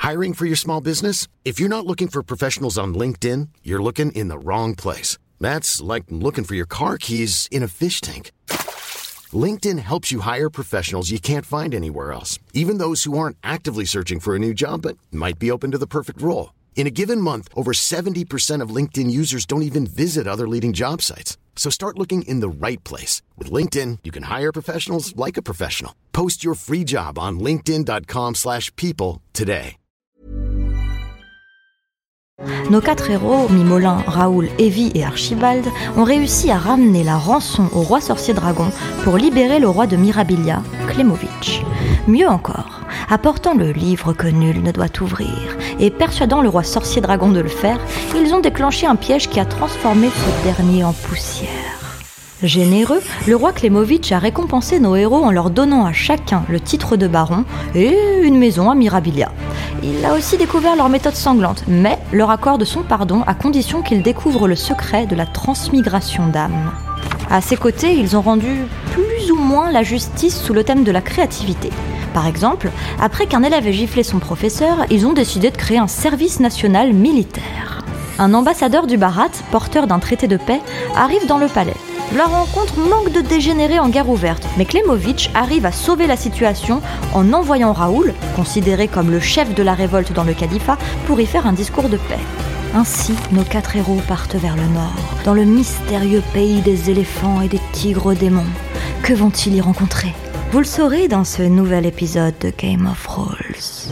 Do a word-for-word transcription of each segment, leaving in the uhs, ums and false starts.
Hiring for your small business? If you're not looking for professionals on LinkedIn, you're looking in the wrong place. That's like looking for your car keys in a fish tank. LinkedIn helps you hire professionals you can't find anywhere else, even those who aren't actively searching for a new job but might be open to the perfect role. In a given month, over seventy percent of LinkedIn users don't even visit other leading job sites. So start looking in the right place. With LinkedIn, you can hire professionals like a professional. Post your free job on linkedin.com slash people today. Nos quatre héros, Mimolin, Raoul, Evie et Archibald, ont réussi à ramener la rançon au roi sorcier dragon pour libérer le roi de Mirabilia, Klemovitch. Mieux encore, apportant le livre que nul ne doit ouvrir et persuadant le roi sorcier dragon de le faire, ils ont déclenché un piège qui a transformé ce dernier en poussière. Généreux, le roi Klemovitch a récompensé nos héros en leur donnant à chacun le titre de baron et une maison à Mirabilia. Il a aussi découvert leur méthode sanglante, mais leur accorde son pardon à condition qu'ils découvrent le secret de la transmigration d'âmes. À ses côtés, ils ont rendu plus ou moins la justice sous le thème de la créativité. Par exemple, après qu'un élève ait giflé son professeur, ils ont décidé de créer un service national militaire. Un ambassadeur du Bharat, porteur d'un traité de paix, arrive dans le palais. La rencontre manque de dégénérer en guerre ouverte, mais Klemovitch arrive à sauver la situation en envoyant Raoul, considéré comme le chef de la révolte dans le califat, pour y faire un discours de paix. Ainsi, nos quatre héros partent vers le nord, dans le mystérieux pays des éléphants et des tigres démons. Que vont-ils y rencontrer ? Vous le saurez dans ce nouvel épisode de Game of Rolls.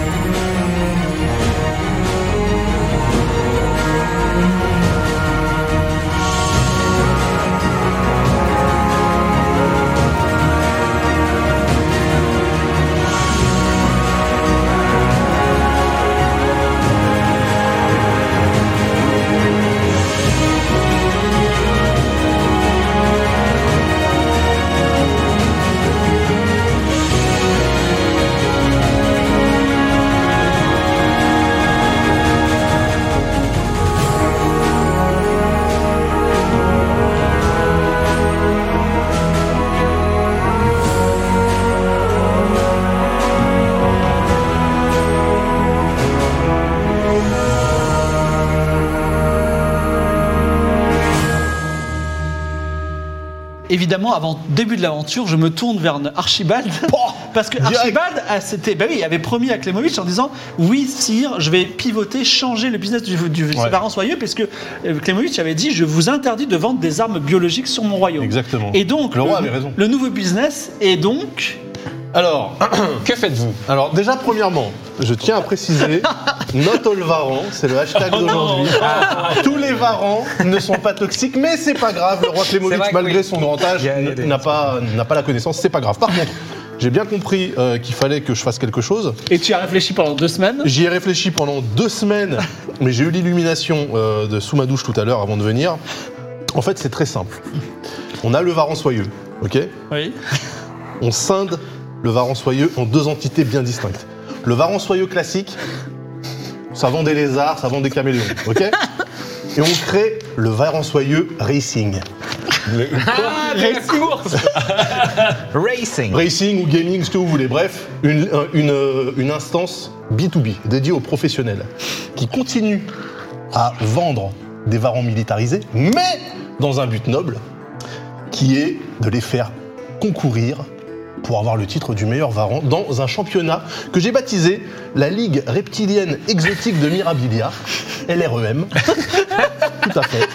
Évidemment, avant le début de l'aventure, je me tourne vers Archibald. Parce que Archibald a, c'était, bah oui, avait promis à Klemovitch en disant « Oui, sire, je vais pivoter, changer le business du, du ouais. parent soyeux, parce que Klemovitch avait dit « Je vous interdis de vendre des armes biologiques sur mon royaume. » Exactement. Et donc, le, le, roi avait raison. Le nouveau business est donc... Alors, que faites-vous ? Alors, déjà, premièrement, je tiens à préciser, not all varans, c'est le hashtag oh d'aujourd'hui. Ah. Tous les varans ne sont pas toxiques, mais c'est pas grave. Le roi Klemovitch, malgré oui. son grand âge, a, a n'a, pas, n'a pas la connaissance, c'est pas grave. Par contre, j'ai bien compris euh, qu'il fallait que je fasse quelque chose. Et tu y as réfléchi pendant deux semaines ? J'y ai réfléchi pendant deux semaines, mais j'ai eu l'illumination euh, de sous ma douche tout à l'heure avant de venir. En fait, c'est très simple. On a le varan soyeux, ok ? Oui. On scinde le varan soyeux en deux entités bien distinctes. Le varan soyeux classique, ça vend des lézards, ça vend des caméléons, ok ? Et on crée le varan soyeux racing. Le... Ah, de la course. Racing. Racing ou gaming, ce que vous voulez. Bref, une, une, une instance B deux B dédiée aux professionnels qui continue à vendre des varans militarisés, mais dans un but noble, qui est de les faire concourir pour avoir le titre du meilleur varan dans un championnat que j'ai baptisé la Ligue reptilienne exotique de Mirabilia, L R E M. Tout à fait.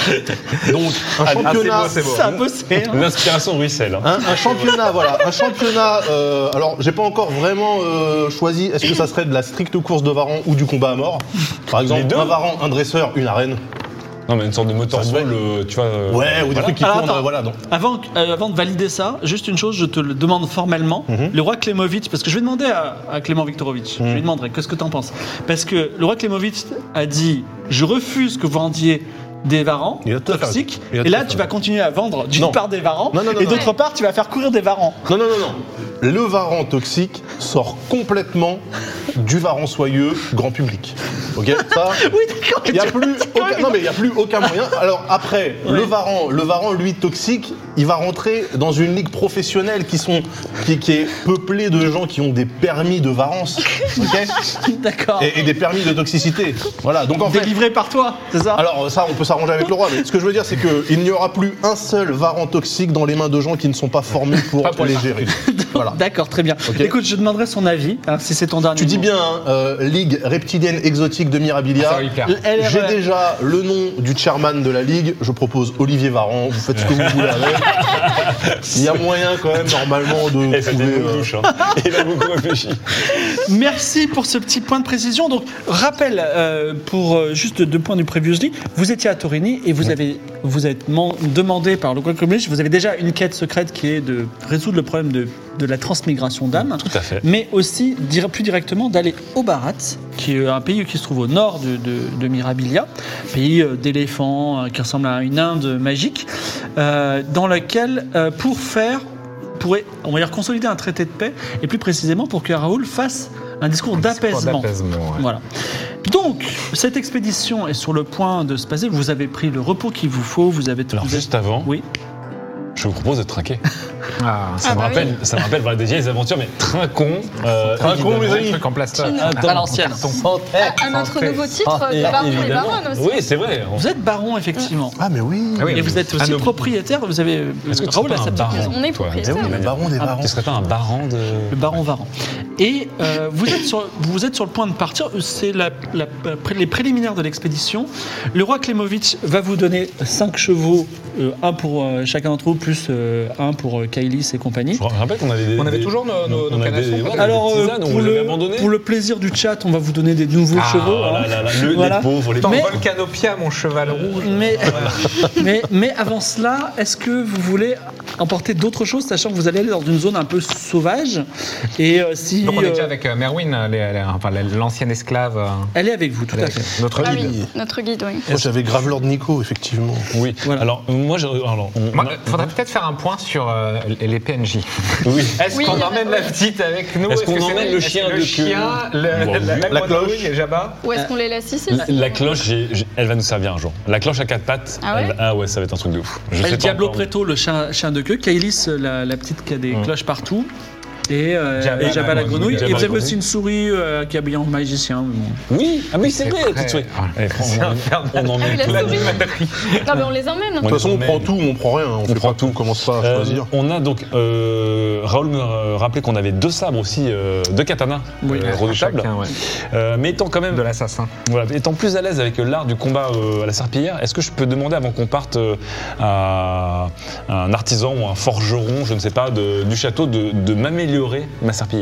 Donc un ah, championnat, ah, c'est beau, c'est beau. Ça bossé, hein. L'inspiration ruisselle. Hein. Un, un championnat, voilà, un championnat. Euh, alors, j'ai pas encore vraiment euh, choisi. Est-ce que ça serait de la stricte course de varan ou du combat à mort ? Par exemple, un varan, un dresseur, une arène. Non, mais une sorte de motorball, euh, tu vois. Euh, ouais, ou des voilà. trucs qui Alors, tournent, attends, voilà. Donc. Avant, euh, avant de valider ça, juste une chose, je te le demande formellement. Mm-hmm. Le roi Klemovitch, parce que je vais demander à, à Clément Viktorovitch, mm. je lui demanderai, qu'est-ce que t'en penses ? Parce que le roi Klemovitch a dit, je refuse que vous rendiez des varans toxiques, et là tu vas continuer à vendre d'une non. part des varans, non, non, non, et d'autre non. part tu vas faire courir des varans. Non, non, non, non. le Varan toxique sort complètement du Varan soyeux grand public. Ok, ça. Oui, d'accord. Il y a plus aucun, non mais il y a plus aucun moyen. Alors après, ouais. le Varan, le Varan lui toxique, il va rentrer dans une ligue professionnelle qui sont qui, qui est peuplée de gens qui ont des permis de Varance. Ok. D'accord. Et, et des permis de toxicité. Voilà. Donc en fait. Délivré par toi, c'est ça? Alors ça, on peut s'arranger avec le roi. Mais ce que je veux dire, c'est que il n'y aura plus un seul Varan toxique dans les mains de gens qui ne sont pas formés pour, pour les gérer. Voilà. D'accord, très bien. Okay. Écoute, je demanderai son avis, hein, si c'est ton dernier. Tu dis bien, hein, euh, Ligue reptilienne exotique de Mirabilia. Ah, j'ai déjà le nom du chairman de la Ligue. Je propose Olivier Varan. Vous faites ce que vous voulez avec. Il y a moyen quand même normalement de et trouver. Euh... Touche, hein. Il a beaucoup réfléchi. Merci pour ce petit point de précision. Donc, rappel euh, pour euh, juste deux points du Previously. Vous étiez à Torini et vous oui. avez vous êtes man- demandé par le Communist. Vous avez déjà une quête secrète qui est de résoudre le problème de de la transmigration d'âmes, tout à fait. Mais aussi plus directement d'aller au Barat, qui est un pays qui se trouve au nord de, de, de Mirabilia, pays d'éléphants qui ressemble à une Inde magique, euh, dans lequel, euh, pour faire, pour, on va dire, consolider un traité de paix, et plus précisément pour que Raoul fasse un discours un d'apaisement. Discours d'apaisement ouais. Voilà. Donc, cette expédition est sur le point de se passer. Vous avez pris le repos qu'il vous faut. Vous avez. Alors vous juste êtes... avant. Oui. Je vous propose de trinquer. Ah, ça, ah, me bah rappelle, oui. ça me rappelle voilà, des vieilles aventures, mais trinquons. Euh, trinquons, mes amis. Truc en plaster. À l'ancienne. À notre nouveau titre de baron et baronne aussi. Oui, c'est vrai. Vous êtes baron, effectivement. Ah, mais oui. Ah, oui et vous êtes aussi nos... propriétaire. Vous avez. Est-ce que Raoul tu serais pas un baron? On est propriétaire. Oui, le baron des barons. Tu serais pas un baron de. Le baron Varan. Et euh, vous, êtes sur, vous êtes sur le point de partir. C'est la, la, les préliminaires de l'expédition. Le roi Klemovitch va vous donner cinq chevaux, euh, un pour euh, chacun d'entre vous, plus euh, un pour euh, Kailis et compagnie. Je rappelle qu'on avait des. On avait toujours nos, nos, nos canassons. Des, Alors, des tisanes, pour, le, pour le plaisir du chat, on va vous donner des nouveaux ah, chevaux. Là, là, là, le, voilà. Les pauvres, les Dans mais, Volcanopia, mon cheval rouge. Mais, mais, mais avant cela, est-ce que vous voulez emporter d'autres choses, sachant que vous allez aller dans une zone un peu sauvage et euh, si, Donc on est euh, déjà avec euh, Merwin, les, les, enfin, l'ancienne esclave. Euh, elle est avec vous, tout à fait. Notre ah, guide. Oui, notre guide, oui. Moi, j'avais Gravelord Nico, effectivement. Oui. Voilà. Alors, moi, je, alors, on, moi il faudrait peut-être faire un point sur euh, les P N J. Oui. Est-ce oui, qu'on a, emmène oui. la petite avec nous? Est-ce qu'on est-ce emmène le chien le de chien, queue le, bon, la, la, la, la cloche et Jabba? Ou est-ce qu'on les laisse ici? La, la cloche, j'ai, j'ai, elle va nous servir un jour. La cloche à quatre pattes. Ah ouais, elle, ah ouais, ça va être un truc de ouf. Je le sais Diablo pas Preto, le chien, chien de queue. Kailis, la, la petite qui a des mmh. cloches partout. Et, euh, Jabba, et Jabba la grenouille. Jabba et vous avez la aussi une souris euh, qui est habillée en magicien. Oui, ah oui, c'est, c'est vrai, la petite souris. Allez, on emmène tout. Non, mais on les emmène. De toute façon, on prend tout ou on prend rien. On, on fait prend pas tout, on commence pas à euh, choisir. On a donc. Euh, Raoul me rappelait qu'on avait deux sabres aussi, euh, deux katanas oui, euh, redoutables. Ouais. Euh, mais étant quand même. De l'assassin. Voilà, étant plus à l'aise avec l'art du combat euh, à la serpillière, est-ce que je peux demander avant qu'on parte euh, à un artisan ou un forgeron, je ne sais pas, de, du château, de, de m'améliorer ma serpillière?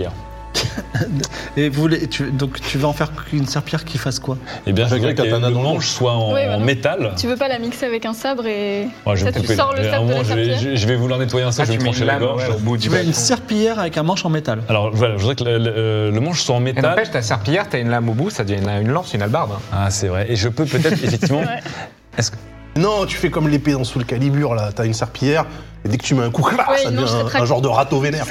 Et vous voulez, tu, donc tu vas en faire une serpillière qui fasse quoi? Eh bien, je voudrais que le manche soit en, oui, bah en métal. Tu veux pas la mixer avec un sabre et ouais, ça, tu sors le sabre de la serpillière? je, je vais vouloir nettoyer un sabre, ah, je vais me trancher la gorge. Ouais, tu veux une serpillière avec un manche en métal? Alors voilà, je voudrais que le, le, le manche soit en métal. Et n'empêche, ta serpillière, t'as une lame au bout, ça devient une, une lance, une hallebarde. Ah, c'est vrai. Et je peux peut-être, effectivement... Ouais. Est-ce que... Non, tu fais comme l'épée dans Soul Calibur, là. T'as une serpillière, et dès que tu mets un coup, là, ouais, ça non, devient un, un genre de râteau vénère.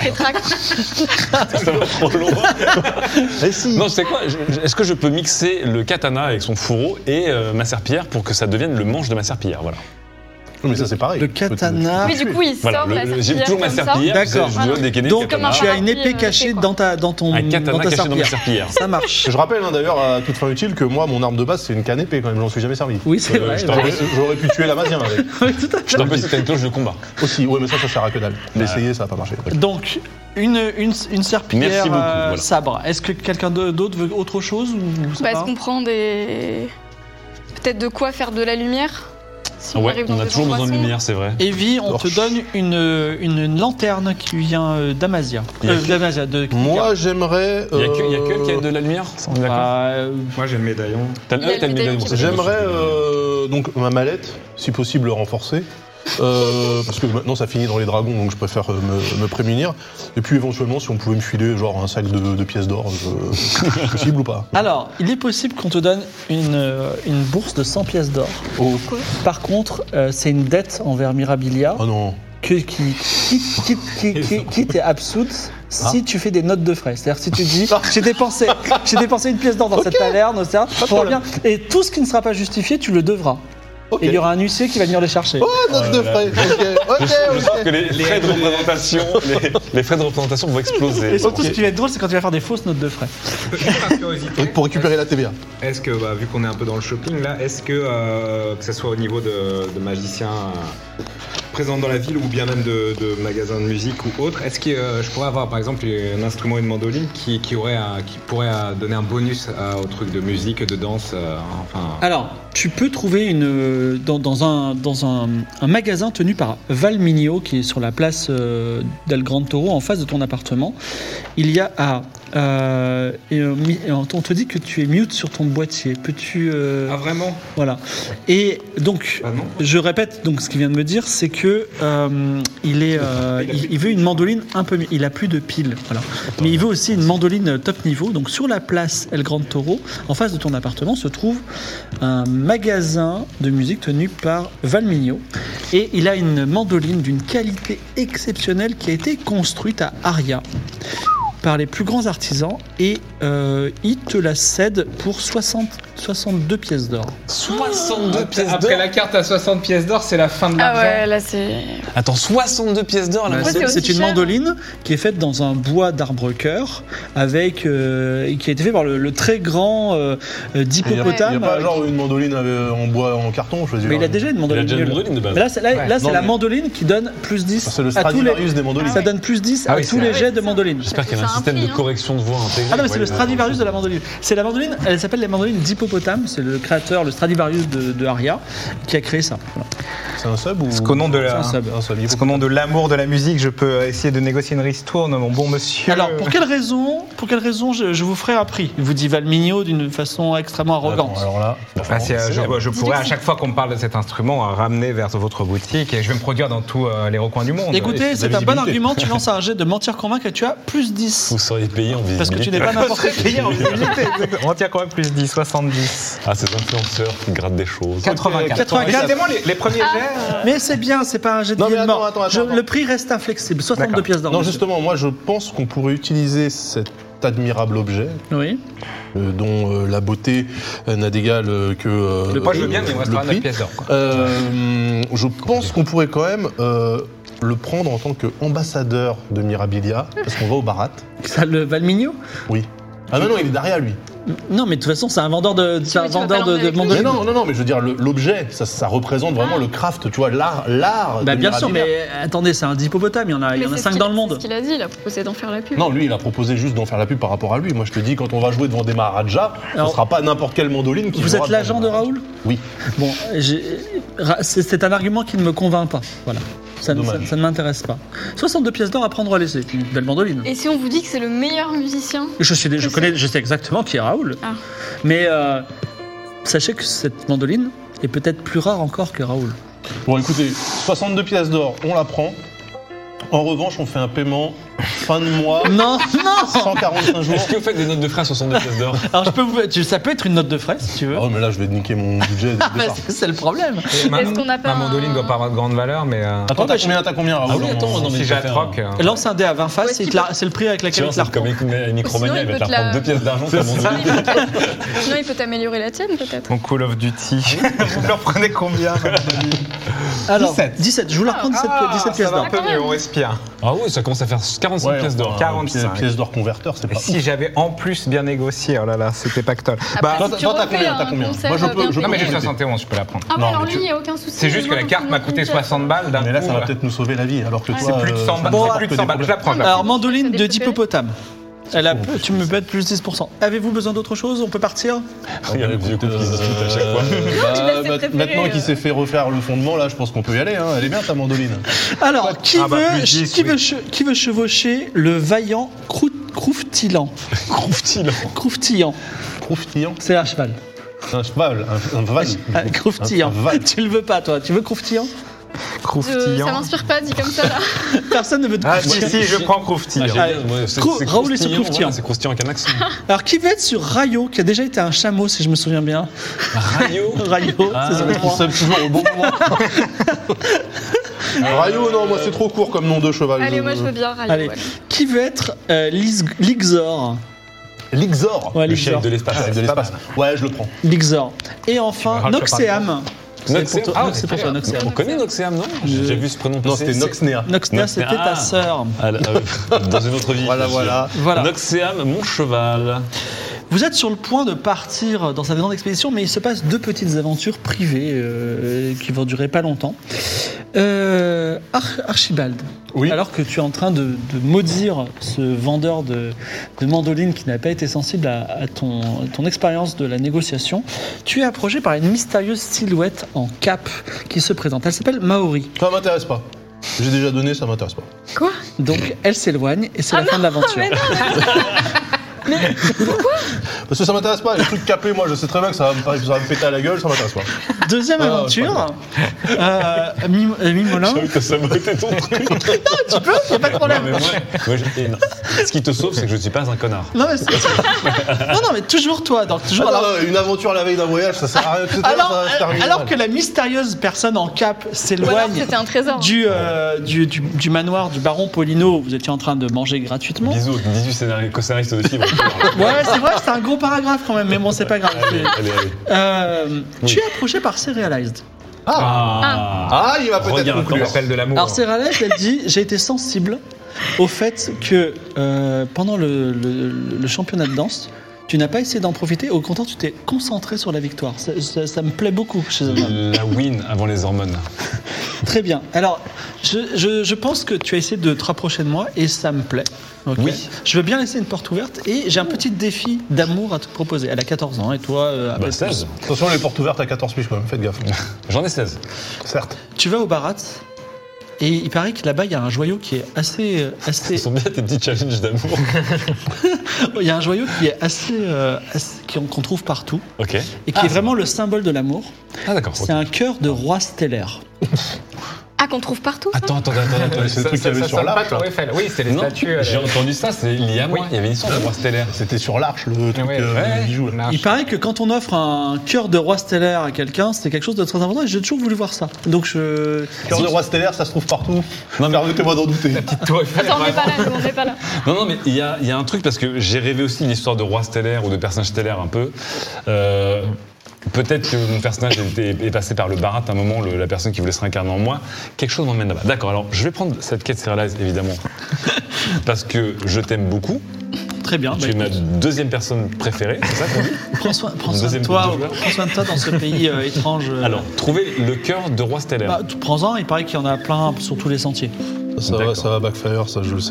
Ça va trop loin. Et si. Non, c'est quoi je, Est-ce que je peux mixer le katana avec son fourreau et euh, ma serpillière pour que ça devienne le manche de ma serpillière? Voilà. Non, mais ça, c'est pareil. Le katana. Mais du coup, il sort voilà, la le, serpillière. j'ai toujours ma serpillière. D'accord. Je dois dégainer donc, le tu as une épée cachée dans, ta, dans ton un katana dans ta caché serpillière. dans ma serpillière. Ça marche. Je rappelle hein, d'ailleurs à toute fin utile que moi, mon arme de base, c'est une canne épée quand même. J'en suis jamais servi. Oui, c'est euh, vrai. Je ouais. J'aurais pu tuer l'Amazien avec. Oui, tout à fait. Je t'empêche, t'as une cloche de combat. Aussi, ouais, mais ça, ça sert à que dalle. L'essayer, ça n'a pas marché. Donc, une, une, une serpillière beaucoup, euh, voilà. sabre. Est-ce que quelqu'un d'autre veut autre chose ou bah, est-ce qu'on prend des. Peut-être de quoi faire de la lumière? Si on ouais, arrive on dans a des toujours besoin de endroits lumière, c'est vrai. Evie, on te donne une, une lanterne qui vient d'Amazia. Euh, d'Amazia, de Moi, j'aimerais. Il n'y a que, euh... y a que qui a de la lumière, on est d'accord. Bah, euh... Moi, j'ai le médaillon. T'as, Il y a t'as le le médaillon. médaillon. J'aimerais euh, donc ma mallette, si possible renforcée. Euh, parce que maintenant ça finit dans les dragons, donc je préfère euh, me, me prémunir. Et puis éventuellement, si on pouvait me filer genre un sac de, de pièces d'or, euh, possible ou pas? Alors, il est possible qu'on te donne une, euh, une bourse de cent pièces d'or. Oh. Par contre, euh, c'est une dette envers Mirabilia. Oh non. Que, qui, qui, qui, qui, qui, qui t'est absoute si tu fais des notes de frais. C'est-à-dire si tu dis j'ai dépensé, j'ai dépensé une pièce d'or dans cette taverne, et cetera, pour rien. Et tout ce qui ne sera pas justifié, tu le devras. Ok. Et il y aura un huissier qui va venir les chercher. Oh, note de frais. Ok, ok, Je sens ok. que les, les frais de représentation, les, les frais de représentation vont exploser. Et surtout, Ok. ce qui va être drôle, c'est quand tu vas faire des fausses notes de frais. Juste par curiosité. Pour récupérer la T V A. Est-ce que, bah, vu qu'on est un peu dans le shopping là, est-ce que, euh, que ce soit au niveau de, de magiciens euh, présents dans la ville ou bien même de, de magasins de musique ou autre, est-ce que euh, je pourrais avoir par exemple un instrument, une mandoline qui, qui, aurait, un- qui pourrait euh, donner un bonus euh, au truc de musique, de danse, euh, enfin. Alors, tu peux trouver une, dans, dans, un, dans un, un magasin tenu par Val Mignot, qui est sur la place euh, d'El Grand Toro, en face de ton appartement. Il y a à... euh, et, euh, mi- et on te dit que tu es mute sur ton boîtier. Peux-tu... euh, Ah vraiment? Voilà. Et donc, Ah non. je répète donc ce qu'il vient de me dire, c'est que euh, il est, euh, il, il veut une mandoline un peu mieux. Il a plus de piles, voilà. Mais il veut aussi une mandoline top niveau. Donc sur la place El Grand Toro, en face de ton appartement, se trouve un magasin de musique tenu par Val Mignot. Et il a une mandoline d'une qualité exceptionnelle qui a été construite à Aria par les plus grands artisans et euh, il te la cède pour soixante, soixante-deux pièces d'or. soixante-deux pièces d'or. Après la carte à soixante pièces d'or, c'est la fin de Ah l'argent. ouais, là c'est. Attends, soixante-deux pièces d'or là. Pourquoi C'est c'est c'est aussi une cher mandoline qui est faite dans un bois d'arbre-cœur avec euh, qui a été fait par le, le très grand euh, Il euh, n'y a, d'hippopotame. pas genre une mandoline euh, en bois, en carton, je veux dire. Mais il a déjà une Il a mandoline. déjà une nulle. mandoline de base. Mais là, c'est, là, Ouais. là, c'est Non, la mais- mandoline qui donne plus dix C'est le à tous les. Stradivarius des mandolines. Ça donne plus dix Ah à oui, tous c'est les vrai. jets de mandoline. J'espère qu'il y a un Ça a un système prix, de hein. correction de voix intégré. Ah non, mais c'est Ouais, le ouais, Stradivarius ouais. de la mandoline. C'est la mandoline, elle s'appelle la mandoline d'hippopotame, c'est le créateur, le Stradivarius de, de Aria, qui a créé ça. Voilà. C'est un sub ou. Est-ce qu'au nom de C'est la- un sub. Un sub. est-ce qu'au nom de l'amour de la musique, je peux essayer de négocier une ristourne, mon bon monsieur? Alors, pour quelle raison, pour quelle raison je, je vous ferai un prix? Vous dit Val Mignot d'une façon extrêmement arrogante. Attends, alors là. Ah, c'est, euh, je, je pourrais, à Dis-le. chaque fois qu'on me parle de cet instrument, euh, ramener vers votre boutique et je vais me produire dans tous euh, les recoins du monde. Écoutez, et c'est la un bon visibilité. argument. Tu lances un jet de mentir convaincre et tu as plus dix. Vous seriez payé en visibilité. Parce que tu n'es pas n'importe qui. On tient quand même plus dix, soixante-dix. Ah, ces influenceurs qui grattent des choses. quatre-vingt-quatre. quatre-vingt-quatre. Évidemment, les, les premiers jets. Mais c'est bien, c'est pas un jet de Non, mais vie de attends, mort. attends, attends, Je- attends. Le prix reste inflexible. soixante-deux D'accord. pièces d'or. Non, monsieur. justement, moi je pense qu'on pourrait utiliser cet admirable objet Oui. euh, dont euh, la beauté euh, n'a d'égal euh, que. euh, Le poids, je veux bien, mais il me le restera prix. neuf pièces d'or. quoi. Euh, je pense qu'on pourrait quand même euh, le prendre en tant qu'ambassadeur de Mirabilia, parce qu'on va au Barat. Ça, le Val Mignot? Oui. Ah non, non, il est derrière lui. Non, mais de toute façon, c'est un vendeur de, c'est un mais tu vas vendeur pas de, l'emmener de avec lui. mandoline. Mais non, non, non, mais je veux dire, le- l'objet, ça, ça représente vraiment le craft, tu vois, l'art, l'art. Bah, de bien sûr, Mirabilia. mais attendez, c'est un hippopotame. Il y en a, il y en a Mais c'est cinq ce dans qu'il- le C'est monde. ce qu'il a dit, il a proposé d'en faire la pub. Non, lui, il a proposé juste d'en faire la pub par rapport à lui. Moi, je te dis, quand on va jouer devant des Maharajas, Alors, ce sera pas n'importe quelle mandoline qui Vous jouera êtes l'agent de devant- Raoul? Oui. Bon, j'ai- Ra- c'est c'est un argument qui ne me convainc pas. Voilà. Ça, ne- ça- Dommage. ça ne m'intéresse pas. soixante-deux pièces d'or à prendre ou à laisser. Une belle mandoline. Et si on vous dit que c'est le meilleur musicien? Je, sais, je, Je connais, je sais exactement qui est Raoul. Ah. Mais euh, sachez que cette mandoline est peut-être plus rare encore que Raoul. Bon, écoutez, soixante-deux pièces d'or, on la prend. En revanche, on fait un paiement fin de mois, Non, non cent quarante-cinq jours. Est-ce que vous faites des notes de frais à soixante-deux pièces d'or? Alors je peux vous, tu- ça peut être une note de frais si tu veux. Ah ouais, mais là, je vais niquer mon budget. dès Ah, le bah, départ. c'est c'est le problème. Et ma, Est-ce qu'on n'a pas ma mandoline un- doit pas avoir de grande valeur, mais euh, Attends, t'as combien, t'as combien, Raoul Ah oui, attends, en- non, mais si il j'ai faut la faire troc. un- euh, Lance un dé à vingt faces, Ouais, et tu te la- peux- c'est le prix avec Tu lequel vois, tu la c'est comme reprends. Micromania, Sinon, il il va te peut la te la- prendre deux pièces d'argent ta Sinon, mandoline. il peut t'a- Sinon, il peut t'améliorer la tienne, peut-être. mon Call of Duty. Vous leur prenez combien ma mandoline? Alors, dix-sept. dix-sept, je vous la reprends dix-sept, Ah, dix-sept pièces ça va d'or. un peu mieux, on respire. Ah oui, ça commence à faire quarante-cinq Ouais, pièces d'or. enfin, quarante-cinq. pièces- Pièces d'or converteur, c'est Et pas. si j'avais en plus bien négocié, oh là là, c'était pactole. Bah, toi, si tu toi, t'as refais combien, un t'as combien concert Moi, je peux- bien je peux- non mais j'ai payé. soixante et onze, je peux la prendre. Ah, ouais, Non, alors mais lui, tu- il n'y a aucun souci. C'est juste que la Moi, carte je m'a prends coûté une soixante balles d'un Mais là, coup. ça va euh, peut-être nous sauver la vie, alors que Ouais. toi. C'est plus de euh, cent ça balles. va c'est pas plus que de des cent balles. Je la prends. je la Alors, prends. mandoline Ça de découpait. d'hippopotame. Elle a, tu me peux plus dix pour cent. Avez-vous besoin d'autre chose? On peut partir? Il y a le vieux coup qui les insulte à chaque fois. Bah, l'as fait ma- préférer, maintenant qu'il euh. s'est fait refaire le fondement, là, je pense qu'on peut y aller. Hein. Elle est bien ta mandoline. Alors, qui, Ah bah, veut, plus dix, qui, oui. veut che- qui veut chevaucher le vaillant Crou- Crouftilan? Crouftilan. Crouftillant, Crouftillant. c'est un cheval. C'est un cheval, un, un val. Ah, Crouftillant. Un- un val. Tu le veux pas, toi? Tu veux Crouftillant? Je- Croustillant. Ça m'inspire pas, dit comme ça, là. Personne ne veut de Ah Crouftillant. si si, je prends Ah, croustillant. j'ai Allez. bien, moi, c'est- Crou- c'est Raoul est sur croustillant, croustillant. ouais, c'est croustillant avec un accent. Alors, qui veut être sur Rayo, qui a déjà été un chameau, si je me souviens bien? Rayo. Rayo, Ah, saison oui, Qui trois. sonne toujours au bon moment. Rayo, non, moi c'est trop court comme nom de cheval. Allez, moi je veux bien Rayo. Allez, ouais. qui veut être euh, Lis- Lixor Lixor. Ouais, Le Lixor. chef de l'espace. Ah, de l'espace. Ouais, je le prends. Lixor. Et enfin, Ralph Noxéam. C'est pour Noxéam. toi, Ah, c'est pour toi, Noxéam. On connaît Noxéam, non J'ai déjà vu ce prénom Non, passer. c'était Noxnea. Noxéam, c'était Ah. ta sœur. Ah, là, euh, dans une autre vie. Voilà, bien sûr. voilà. Voilà. Noxéam, mon cheval. Vous êtes sur le point de partir dans cette grande expédition, mais il se passe deux petites aventures privées euh, qui vont durer pas longtemps. Euh, Ar- Archibald, Oui. alors que tu es en train de, de maudire ce vendeur de, de mandolines qui n'a pas été sensible à, à ton, à ton expérience de la négociation, tu es approché par une mystérieuse silhouette en cape qui se présente. Elle s'appelle Maori. Ça m'intéresse pas. J'ai déjà donné, ça m'intéresse pas. Quoi? Donc elle s'éloigne et c'est Ah la fin de l'aventure. mais non. Parce que ça m'intéresse pas. Les trucs capés, moi, je sais très bien que ça va me, ça va me péter à la gueule, ça m'intéresse pas. Deuxième Ah, aventure, euh, Mim- euh, Mimolin. J'avoue que ça m'a été ton truc. Tu peux, y a pas de problème. Non, mais moi, moi, je- et non. Ce qui te sauve, c'est que je ne suis pas un connard. Non mais, c'est- non, non, mais toujours toi. Donc toujours. Attends, alors, non, une aventure la veille d'un voyage, ça sert à rien. Tout à l'heure, alors, ça va se terminer alors mal. que la mystérieuse personne en cap Ou alors s'éloigne c'était un trésor. du, euh, du, du, du manoir du baron Polino, où vous étiez en train de manger gratuitement. Bisous, dix-huit scénaristes, co-scénaristes de films. Ouais, c'est vrai, c'est un gros paragraphe quand même, mais bon, c'est pas grave. Allez, allez, allez. Euh, Oui. Tu es approché par Serialized. Ah, Ah, il va peut-être Regarde, conclure. L'appel de l'amour. Alors Serialized, elle dit, j'ai été sensible au fait que euh, pendant le, le- le championnat de danse, tu n'as pas essayé d'en profiter, au contraire, tu t'es concentré sur la victoire. Ça, ça- ça me plaît beaucoup chez eux. la win avant les hormones. Très bien. Alors, je, je- je pense que tu as essayé de te rapprocher de moi et ça me plaît. Ok. Oui. Je veux bien laisser une porte ouverte et j'ai un petit défi d'amour à te proposer. Elle a quatorze ans et toi, euh, à Bah, peine seize. Attention, les portes ouvertes à quatorze piges quand même, faites gaffe. J'en ai seize. Certes. plus. Tu vas au Barat et il paraît que là-bas, il y a un joyau qui est assez... euh, assez... Ce sont bien tes petits challenges d'amour. Il y a un joyau qui est assez... euh, assez- qu'on qu'on trouve partout Ok. et qui est vraiment le symbole de l'amour. Ah, d'accord. C'est un cœur de roi stellaire. Ah, qu'on trouve partout ça Attends, attends, attends, attends. C'est le truc qu'il y avait sur sonne pas l'arche. Tour là. Eiffel. Oui, c'était les Non, statues. euh, j'ai entendu ça, c'est lié à moi. Oui. Il y avait une histoire de roi stellaire. C'était sur l'arche, le truc ouais, euh, ouais, du bijou. là. l'arche. Il paraît que quand on offre un cœur de roi stellaire à quelqu'un, c'est quelque chose de très important et j'ai toujours voulu voir ça. Donc je... Cœur de roi stellaire, ça se trouve partout. Non, mais- Permettez-moi d'en douter. Tour Eiffel. Attends, on n'est pas là, nous, on n'est pas là. Non, non, mais il y a, il y a un truc parce que j'ai rêvé aussi l'histoire de roi stellaire ou de personnage stellaire un peu. Euh, Peut-être que mon personnage était- est passé par le Barat à un moment, le- la personne qui voulait se réincarner en moi. Quelque chose m'emmène là-bas. D'accord, alors je vais prendre cette quête Serialized, évidemment, parce que je t'aime beaucoup. Très bien. Tu bah, es ma écoute, deuxième personne préférée, c'est ça qu'on dit prends soin, prends Mon soin de deuxième toi, coup de joueur. prends soin de toi dans ce pays euh, étrange. euh. Alors, trouver le cœur de roi stellaire. Bah, tu- prends-en, il paraît qu'il y en a plein sur tous les sentiers. Ça va, D'accord. ça va backfire, ça je le sais.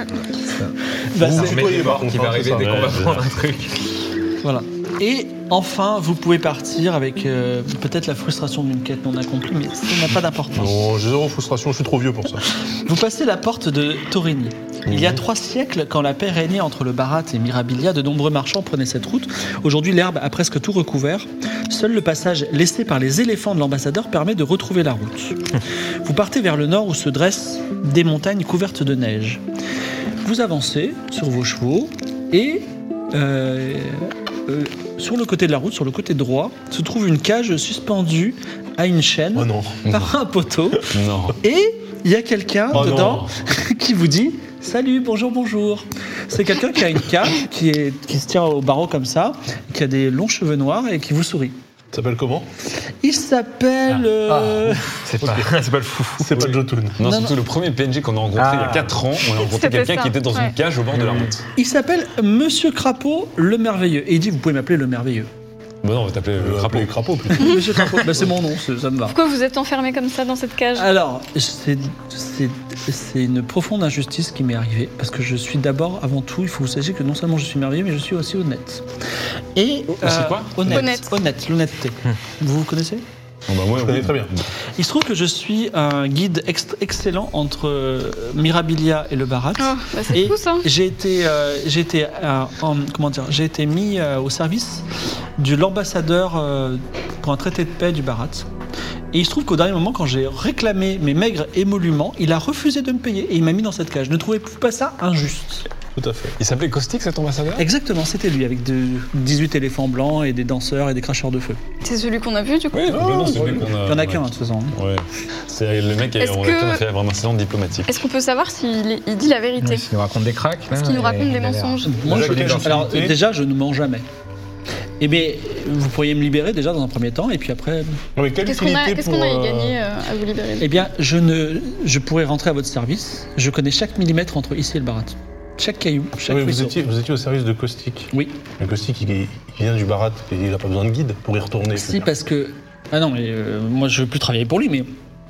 Bah, Vous c'est- vous tutoyez, par Qui contre, va hein, arriver c'est dès ça. qu'on va Ouais, prendre un truc. Voilà. Et enfin, vous pouvez partir avec euh, peut-être la frustration d'une quête non accomplie, mais ça n'a pas d'importance. Non, j'ai zéro frustration, je suis trop vieux pour ça. Vous passez la porte de Torini. Il y a trois siècles, quand la paix régnait entre le Barat et Mirabilia, de nombreux marchands prenaient cette route. Aujourd'hui, l'herbe a presque tout recouvert. Seul le passage laissé par les éléphants de l'ambassadeur permet de retrouver la route. Vous partez vers le nord où se dressent des montagnes couvertes de neige. Vous avancez sur vos chevaux et euh, euh, sur le côté de la route, sur le côté droit, se trouve une cage suspendue à une chaîne Oh non. par un poteau. Non. Et il y a quelqu'un Oh dedans qui vous dit salut, bonjour, bonjour. C'est quelqu'un qui a une cape, qui, est, qui se tient au barreau comme ça, qui a des longs cheveux noirs et qui vous sourit. Ça s'appelle comment? Il s'appelle. euh, C'est pas, c'est pas le fou. C'est pas Jotun. Non, Non, surtout le premier P N J qu'on a rencontré Ah. il y a quatre ans, on a rencontré C'était quelqu'un ça, qui était dans ouais. une cage au bord de la route. Il s'appelle Monsieur Crapaud le Merveilleux. Et il dit vous pouvez m'appeler le Merveilleux. Bon, non, on va t'appeler le Le crapaud. crapaud. crapaud plutôt. Monsieur Crapaud, bah, c'est mon nom, c'est- ça me va. Pourquoi vous êtes enfermé comme ça dans cette cage? Alors, c'est c'est- c'est une profonde injustice qui m'est arrivée, parce que je suis d'abord, avant tout, il faut que vous sachiez que non seulement je suis merveilleux, mais je suis aussi honnête. Et euh, c'est quoi Honnête. Honnête. Honnête, l'honnêteté. Vous vous connaissez? Bon, bah, moi, Je connais oui. très bien. Il se trouve que je suis un guide ext- excellent entre euh, Mirabilia et le Barat. Oh, bah c'est Et fou ça. j'ai été, euh, j'ai été, euh, en- comment dire, j'ai été mis euh, au service de l'ambassadeur euh, pour un traité de paix du Barat. Et il se trouve qu'au dernier moment, quand j'ai réclamé mes maigres émoluments, il a refusé de me payer et il m'a mis dans cette cage. Ne trouvez-vous pas ça injuste? Tout à fait. Il s'appelait Caustic, cet ambassadeur? Exactement, c'était lui, avec de, dix-huit éléphants blancs et des danseurs et des cracheurs de feu. C'est celui qu'on a vu du coup. Oui, complètement, c'est ouais. lui qu'on a. Il y en a ouais. qu'un, de toute façon. Ouais. C'est le mec qui a, Est-ce on a- que- qui a fait vraiment un incident diplomatique. Est-ce qu'on peut savoir s'il est- il dit la vérité? Il nous raconte des cracks. là, Est-ce qu'il nous et raconte il des a l'air- mensonges? Moi, Déjà, je, quelle alors, sensibilité déjà, je ne mens jamais. Eh bien, vous pourriez me libérer déjà dans un premier temps, et puis après, Non, mais quelle Qu'est-ce qu'on a, utilité qu'est-ce pour, qu'on a à y euh, gagner euh, à vous libérer? eh bien, je ne, je pourrais rentrer à votre service. Je connais chaque millimètre entre ici et le Barat. Chaque caillou, chaque non, mais vous, ruisseau. étiez, vous étiez au service de Caustic. Oui. Le Caustic, il, il vient du Barat et il n'a pas besoin de guide pour y retourner. Si, parce que. Ah non, mais euh, moi, je veux plus travailler pour lui, mais.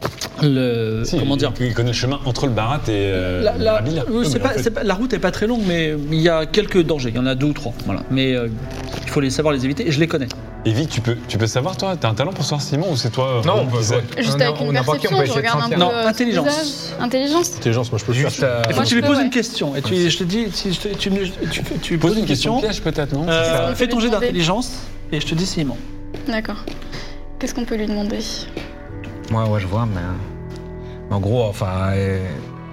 Le. Si, comment il, dire il connaît le chemin entre le Barat et euh, La, la- Mirabilia. oui, c'est mais en pas- fait- c'est pas- la route est pas très longue, mais il y a quelques dangers. Il y en a deux ou trois, voilà. Mais euh, il faut les savoir les éviter. Et je les connais. Evie, tu peux, tu peux savoir, toi, t'as un talent pour savoir Simon ou c'est toi Non, Raoul, on peut. qui sait Juste on a- avec une on n'a pas qui, on perception, peut je essayer de regarde un sentir. peu. Non, euh, son intelligence. visage. Intelligence. Intelligence, moi je peux le Juste. faire. euh, Il faut Moi, que tu je lui peux, poses ouais. une question. Et tu, je te dis, si je te- tu, me- tu, tu Pose poses une question piège peut-être, non Euh, C'est ça. fais ton jet On peut lui demander. d'intelligence et je te dis s'il ment. D'accord. Qu'est-ce qu'on peut lui demander? Ouais, ouais, je vois, mais. En gros, enfin. euh,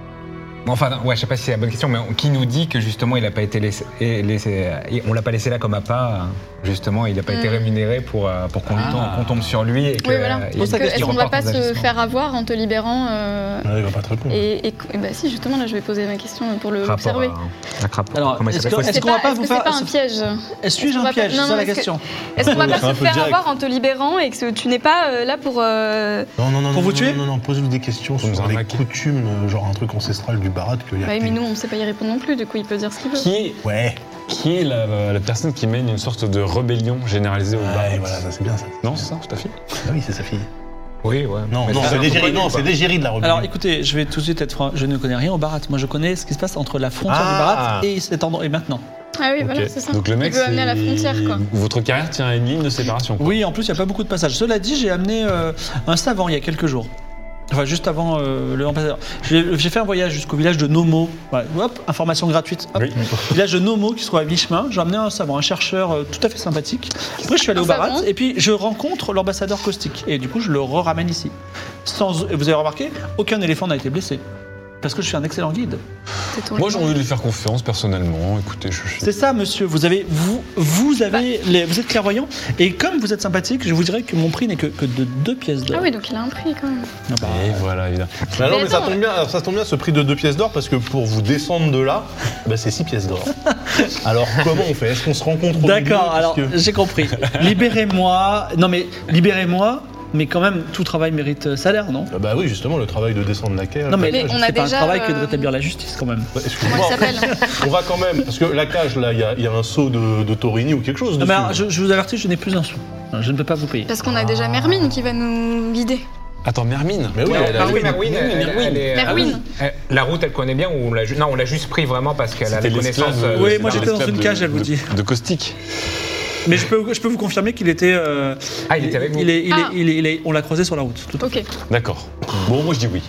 Enfin, ouais, je sais pas si c'est la bonne question, mais on- qui nous dit que justement il n'a pas été laissé, et laissé et on l'a pas laissé là comme appât, justement, il n'a pas été Mm. rémunéré pour, euh, pour qu'on Ah. tombe, qu'on tombe sur lui et que. Oui, voilà. euh, il- Pose ta Est-ce que- question. est-ce qu'on va reporte pas nos se agissements. faire avoir en te libérant euh, Ouais, il va pas te répondre. et, et, et bah si, justement, là, je vais poser ma question pour le- Rapport l'observer. à- un crapaud. Alors, Comment il est-ce s'appelle que- Faustin. est-ce C'est qu'on va pas, pas est-ce vous que c'est faire- pas un piège? Suis-je On un va pas- piège? non, C'est non, ça la est-ce que- question. Est-ce qu'on va C'est pas un se peu faire direct. avoir en te libérant et que tu n'es pas euh, là pour... euh, Non, non, non. Pour non, vous non, tuer Non, non, non, pose-lui des questions Pour nous sur les arnaquer. coutumes, euh, genre un truc ancestral du Barat qu'il y a. Bah, que- mais nous, on ne sait pas y répondre non plus, du coup, il peut dire ce qu'il veut. Qui est, Ouais. qui est la, la personne qui mène une sorte de rébellion généralisée au Barat Ouais, voilà, ça c'est bien ça. Non, c'est ça, c'est ta fille Ah oui, c'est sa fille. Oui, ouais. Non, Mais non, c'est c'est un peu l'égérie, connu, non, quoi. c'est l'égérie de la rébellion. Alors écoutez, je vais tout de suite être franc, je ne connais rien au Barat. Moi je connais ce qui se passe entre la frontière Ah. du Barat et cet endroit et maintenant. Ah oui, Ok. voilà, c'est ça. Donc le mec, il veut amener à la c'est- frontière, quoi. Votre carrière tient à une ligne de séparation. quoi. Oui, en plus il n'y a pas beaucoup de passages. Cela dit, j'ai amené euh, un savant il y a quelques jours. Enfin, juste avant euh, le ambassadeur. J'ai j'ai fait un voyage jusqu'au village de Nomo. Voilà. Hop, information gratuite. Hop. Oui. Village de Nomo qui se trouve à mi-chemin. J'ai amené un savant, un chercheur euh, tout à fait sympathique. Après, je suis allé Un au Barat savant. et puis je rencontre l'ambassadeur Caustic. Et du coup, je le ramène ici. Sans, et vous avez remarqué, aucun éléphant n'a été blessé. Parce que je suis un excellent guide. C'est tout. Moi, j'ai envie de lui faire confiance personnellement. Écoutez, je suis. C'est ça, monsieur. Vous avez, vous, vous avez, les- vous êtes clairvoyant. Et comme vous êtes sympathique, je vous dirais que mon prix n'est que, que de deux pièces d'or. Ah oui, donc il a un prix, quand même. Ah bah, Et voilà, évidemment. Bah non, Mais mais ça attends. tombe bien, alors ça tombe bien ce prix de deux pièces d'or parce que pour vous descendre de là, bah c'est six pièces d'or. Alors comment on fait? Est-ce qu'on se rencontre au milieu? D'accord, Parce alors que- j'ai compris. Libérez-moi. Non mais libérez-moi. Mais quand même, tout travail mérite euh, salaire, non? Ah Bah oui, justement, le travail de descendre la cage. Non mais, Mais on a c'est pas déjà, un travail que de euh, rétablir la justice quand même. Ouais, Comment excuse-moi, il s'appelle? on va quand même, parce que la cage là, il y, a- il y a un seau de, de Torini ou quelque chose Non, dessus. mais alors, je, je vous avertis, je n'ai plus un sou. Je ne peux pas vous payer. Parce qu'on a déjà Mermine qui va nous guider. Attends, Mermine. Mais oui, Ouais, elle a- Merwin, Merwin, elle- Merwin. elle est- Merwin. elle- La route, elle connaît bien ou on l'a ju- non, on l'a juste pris vraiment parce qu'elle a C'était des connaissances. l'esclave, euh, Oui, c'était moi, j'étais dans l'esclave une de- cage, elle vous de- dit. De caustique. Mais je peux, je peux vous confirmer qu'il était. euh, Ah, il était avec vous. il est, il est- Ah. il est- il est- on l'a croisé sur la route. Tout à fait. Ok. D'accord. Bon, moi je dis oui.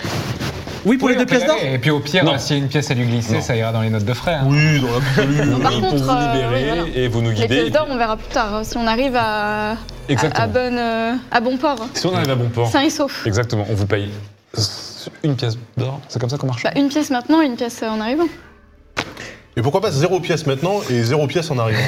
Oui, pour Oui, les deux on peut y pièces d'or. aller. Et puis au pire, Non. si une pièce a dû glisser, Non. ça ira dans les notes de frais. hein. Oui, dans l'absolu. Non, par Oui, pour contre, vous euh, libérer oui, voilà. et vous nous Les guider. pièces d'or, on verra plus tard. Si on arrive à, à, Exactement. à bonne, euh, à bon port, Si on arrive à bon port, sain et sauf. exactement, on vous paye une pièce d'or. C'est comme ça qu'on marche. Bah, une pièce maintenant, une pièce euh, en arrivant. Et pourquoi pas zéro pièce maintenant et zéro pièce en arrivant?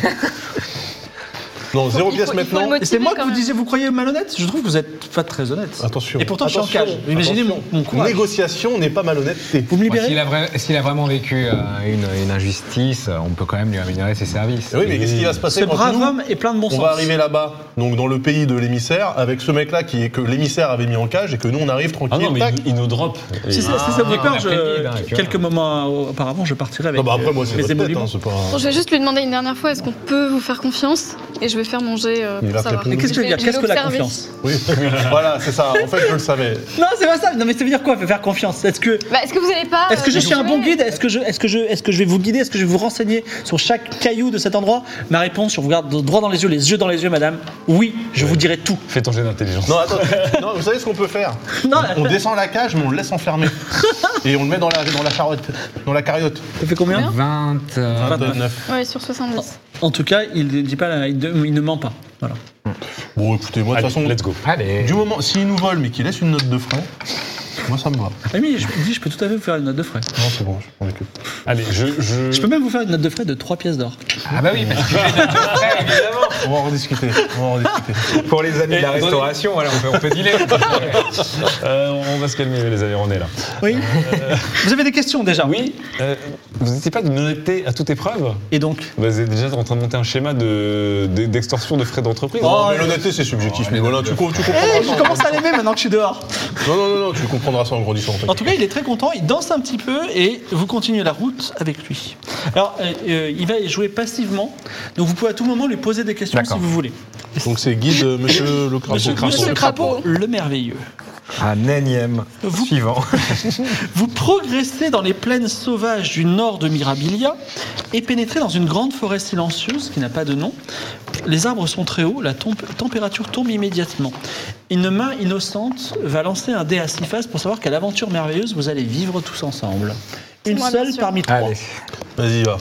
Non, zéro il faut- pièce il faut le maintenant. Et c'est moi que quand vous même. disiez, vous croyez malhonnête? Je trouve que vous êtes pas très honnête. Attention. Et pourtant, je suis en attention, cage. Imaginez mon, attention. mon courage. Négociation n'est pas malhonnêteté. Vous me Bon, libérez? S'il a, vra- s'il a vraiment vécu euh, une, une injustice, euh, on peut quand même lui rémunérer ses services. Eh oui, mais qu'est-ce qui va se passer Ce quand brave nous, homme est plein de bon on sens. va arriver là-bas, donc dans le pays de l'émissaire, avec ce mec-là qui est que l'émissaire avait mis en cage et que nous on arrive Ah tranquille. non, mais tac. il, il nous drop. Et- Si, si- si Ah, ça vous fait on peur, a je- pris le guide, hein, et puis quelques voilà. moments auparavant, je partirai avec Non, bah après moi c'est mes votre tête, émoluments. hein, c'est pas. Bon, je vais juste lui demander une dernière fois, est-ce qu'on peut vous faire confiance? Et je vais faire mon jet euh, Il pour va savoir. Mais qu'est-ce que je veux dire? Je vais Qu'est-ce que la l'observer. confiance? Oui, voilà, c'est ça. En fait, je le savais. Non, c'est pas ça. Non, mais ça veut dire quoi, faire confiance? Est-ce que, Bah, est-ce que vous n'allez pas. est-ce que je euh, suis un bon jouer guide? Est-ce que je, est-ce que je, est-ce que je vais vous guider? Est-ce que je vais vous renseigner sur chaque caillou de cet endroit? Ma réponse, je vous regarde droit dans les yeux, les yeux dans les yeux, madame. Oui, je vous dirai tout. Fais ton jet d'intelligence. Non, attends. Non, vous savez ce qu'on peut faire? Non, On descend la cage, mais on le laisse enfermer. Et on le met dans la, dans la carotte. Dans la cariote. ça fait combien? vingt. euh, vingt-neuf. Ouais, sur soixante-dix. En tout cas, il ne dit pas, la- il, ne- il ne ment pas. Voilà. Bon, écoutez, moi, de Allez, toute façon, let's go. Allez. du moment, s'il nous vole, mais qu'il laisse une note de frais, Moi, ça me va. Ami, je dis, je peux tout à fait vous faire une note de frais. Non, c'est bon, je m'en occupe. Allez, je. je... Je peux même vous faire une note de frais de trois pièces d'or. Ah bah oui, parce que j'ai des frais, évidemment. On va en rediscuter. On va en rediscuter. Pour les amis de la restauration, voilà, on peut, on peut dealer. Euh, on va se calmer, les Aveyronais, là. Oui. Vous avez des questions déjà? Oui. Euh, vous n'étiez pas d'une honnêteté à toute épreuve? Et donc? Vous êtes déjà en train de monter un schéma de, de- d'extorsion de frais d'entreprise? Oh, mais l'honnêteté, c'est subjectif. Mais voilà, tu, co- tu comprendras Eh, ça. je en commence à grandissant. l'aimer maintenant que je suis dehors. Non, non, non, non, tu comprendras ça en grandissant. En t'inquiète. tout cas, il est très content, il danse un petit peu et vous continuez la route avec lui. Alors, euh, euh, il va jouer passivement, donc vous pouvez à tout moment lui poser des questions si D'accord. vous voulez. Donc c'est guide euh, Monsieur le Crapaud. Monsieur, Monsieur Monsieur Crapaud. le merveilleux. Un énième Vous- suivant. Vous progressez dans les plaines sauvages du nord de Mirabilia et pénétrez dans une grande forêt silencieuse qui n'a pas de nom. Les arbres sont très hauts, la tombe- température tombe immédiatement. Une main innocente va lancer un dé à six faces pour savoir quelle aventure merveilleuse vous allez vivre tous ensemble. Une moi, bien seule sûr. parmi trois. Allez. Vas-y, va.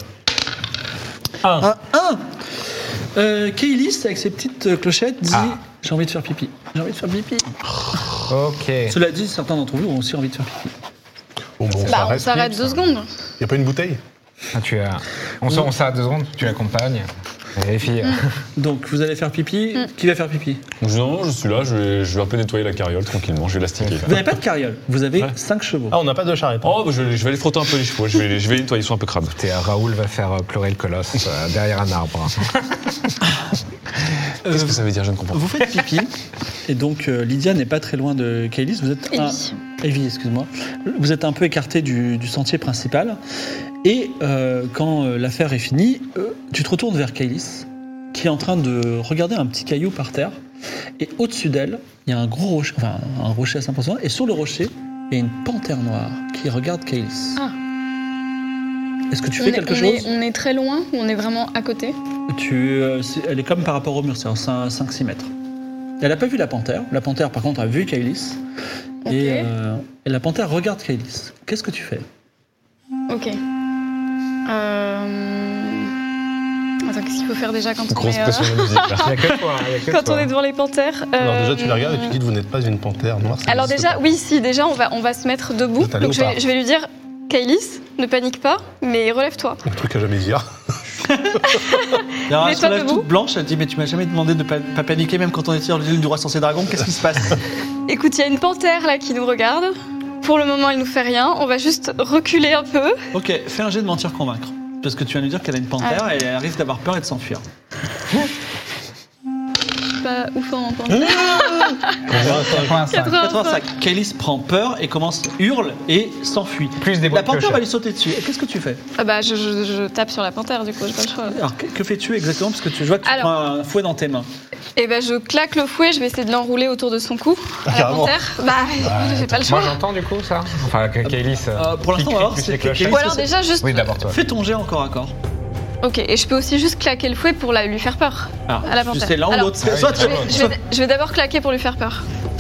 Un un. Euh, Kailis, avec ses petites euh, clochettes, dit Ah. j'ai envie de faire pipi. J'ai envie de faire pipi. Ok. Cela dit, certains d'entre vous ont aussi envie de faire pipi. Bon, bon, on Bah, on s'arrête. s'arrête deux secondes. Y a pas une bouteille? Ah, tu as... On sort, on s'arrête deux secondes, tu l'accompagnes. Et les filles. Donc, vous allez faire pipi. Qui va faire pipi? Je dis, non, non, je suis là, je vais, je vais un peu nettoyer la carriole tranquillement, je vais l'astiquer. Vous n'avez pas de carriole, vous avez Ouais. cinq chevaux. Ah, on n'a pas de charrette. Oh, bah, je, vais- je vais aller frotter un peu les chevaux, je vais, les- je vais les nettoyer, ils sont un peu crades. Et, euh, Raoul va faire euh, pleurer le colosse euh, derrière un arbre. Qu'est-ce que ça veut dire? Je ne comprends pas. Vous faites pipi, et donc euh, Lydia n'est pas très loin de Kailis. Vous êtes un... Evie. Evie, excuse-moi. Vous êtes un peu écarté du, du sentier principal, et euh, quand euh, l'affaire est finie, euh, tu te retournes vers Kailis, qui est en train de regarder un petit caillou par terre, et au-dessus d'elle, il y a un gros rocher, enfin un rocher assez important, et sur le rocher, il y a une panthère noire qui regarde Kailis. Ah. Est-ce que tu On fais est, quelque on chose? est- on est très loin ou on est vraiment à côté? Tu, euh, c'est- elle est comme par rapport au mur, c'est en cinq six mètres. Elle n'a pas vu la panthère. La panthère, par contre, a vu Kailis. Ok. Et, euh, et la panthère regarde Kailis. Qu'est-ce que tu fais? Ok. Euh... Attends, qu'est-ce qu'il faut faire déjà quand on Grosse est, euh, pression de musique, là. Il y a que toi, il y a que quand toi. on est devant les panthères? Alors déjà, Euh, tu la regardes et tu dis que vous n'êtes pas une panthère noire. ça Alors n'existe déjà, pas. oui, si, déjà, on va, on va se mettre debout. Vous êtes un Donc je vais, léopard. je vais lui dire, Kailis, ne panique pas, mais relève-toi. Un truc à jamais dire. Alors, elle Mais se toi, lève debout. toute blanche, elle dit mais tu m'as jamais demandé de pas, pas paniquer même quand on était sur l'île du roi sorcier dragon, qu'est-ce qui se passe? Écoute, il y a une panthère là qui nous regarde. Pour le moment, elle nous fait rien. On va juste reculer un peu. Ok, fais un jet de mentir convaincre. Parce que tu viens de lui dire qu'elle a une panthère et elle risque d'avoir peur et de s'enfuir. Pas ouf en panthère. quatre-vingt-cinq. quatre-vingt-cinq. Kailis prend peur et commence, hurle et s'enfuit. Plus des La boîtes panthère va clochettes. lui sauter dessus. Et qu'est-ce que tu fais? Ah bah, je, je- je tape sur la panthère, du coup, j'ai pas le choix. Alors, que, que fais-tu exactement? Parce que tu je vois que tu Alors. prends un fouet dans tes mains. Et ben, je claque le fouet, je vais essayer de l'enrouler autour de son cou. à la carrément. panthère. Bah, j'ai pas le Moi choix. j'entends du coup ça. Enfin, que Kailis. Euh, pour l'instant, on va voir. plus c'est les que clochettes. Kailis Ou alors déjà, juste. Oui, d'abord toi. Fais ton jet encore à corps. Ok, et je peux aussi juste claquer le fouet pour la, lui faire peur. Alors, À la panthère. c'est l'un ou Alors, l'autre. Ah oui, Soit ah tu- Je vais, je vais- je vais d'abord claquer pour lui faire peur.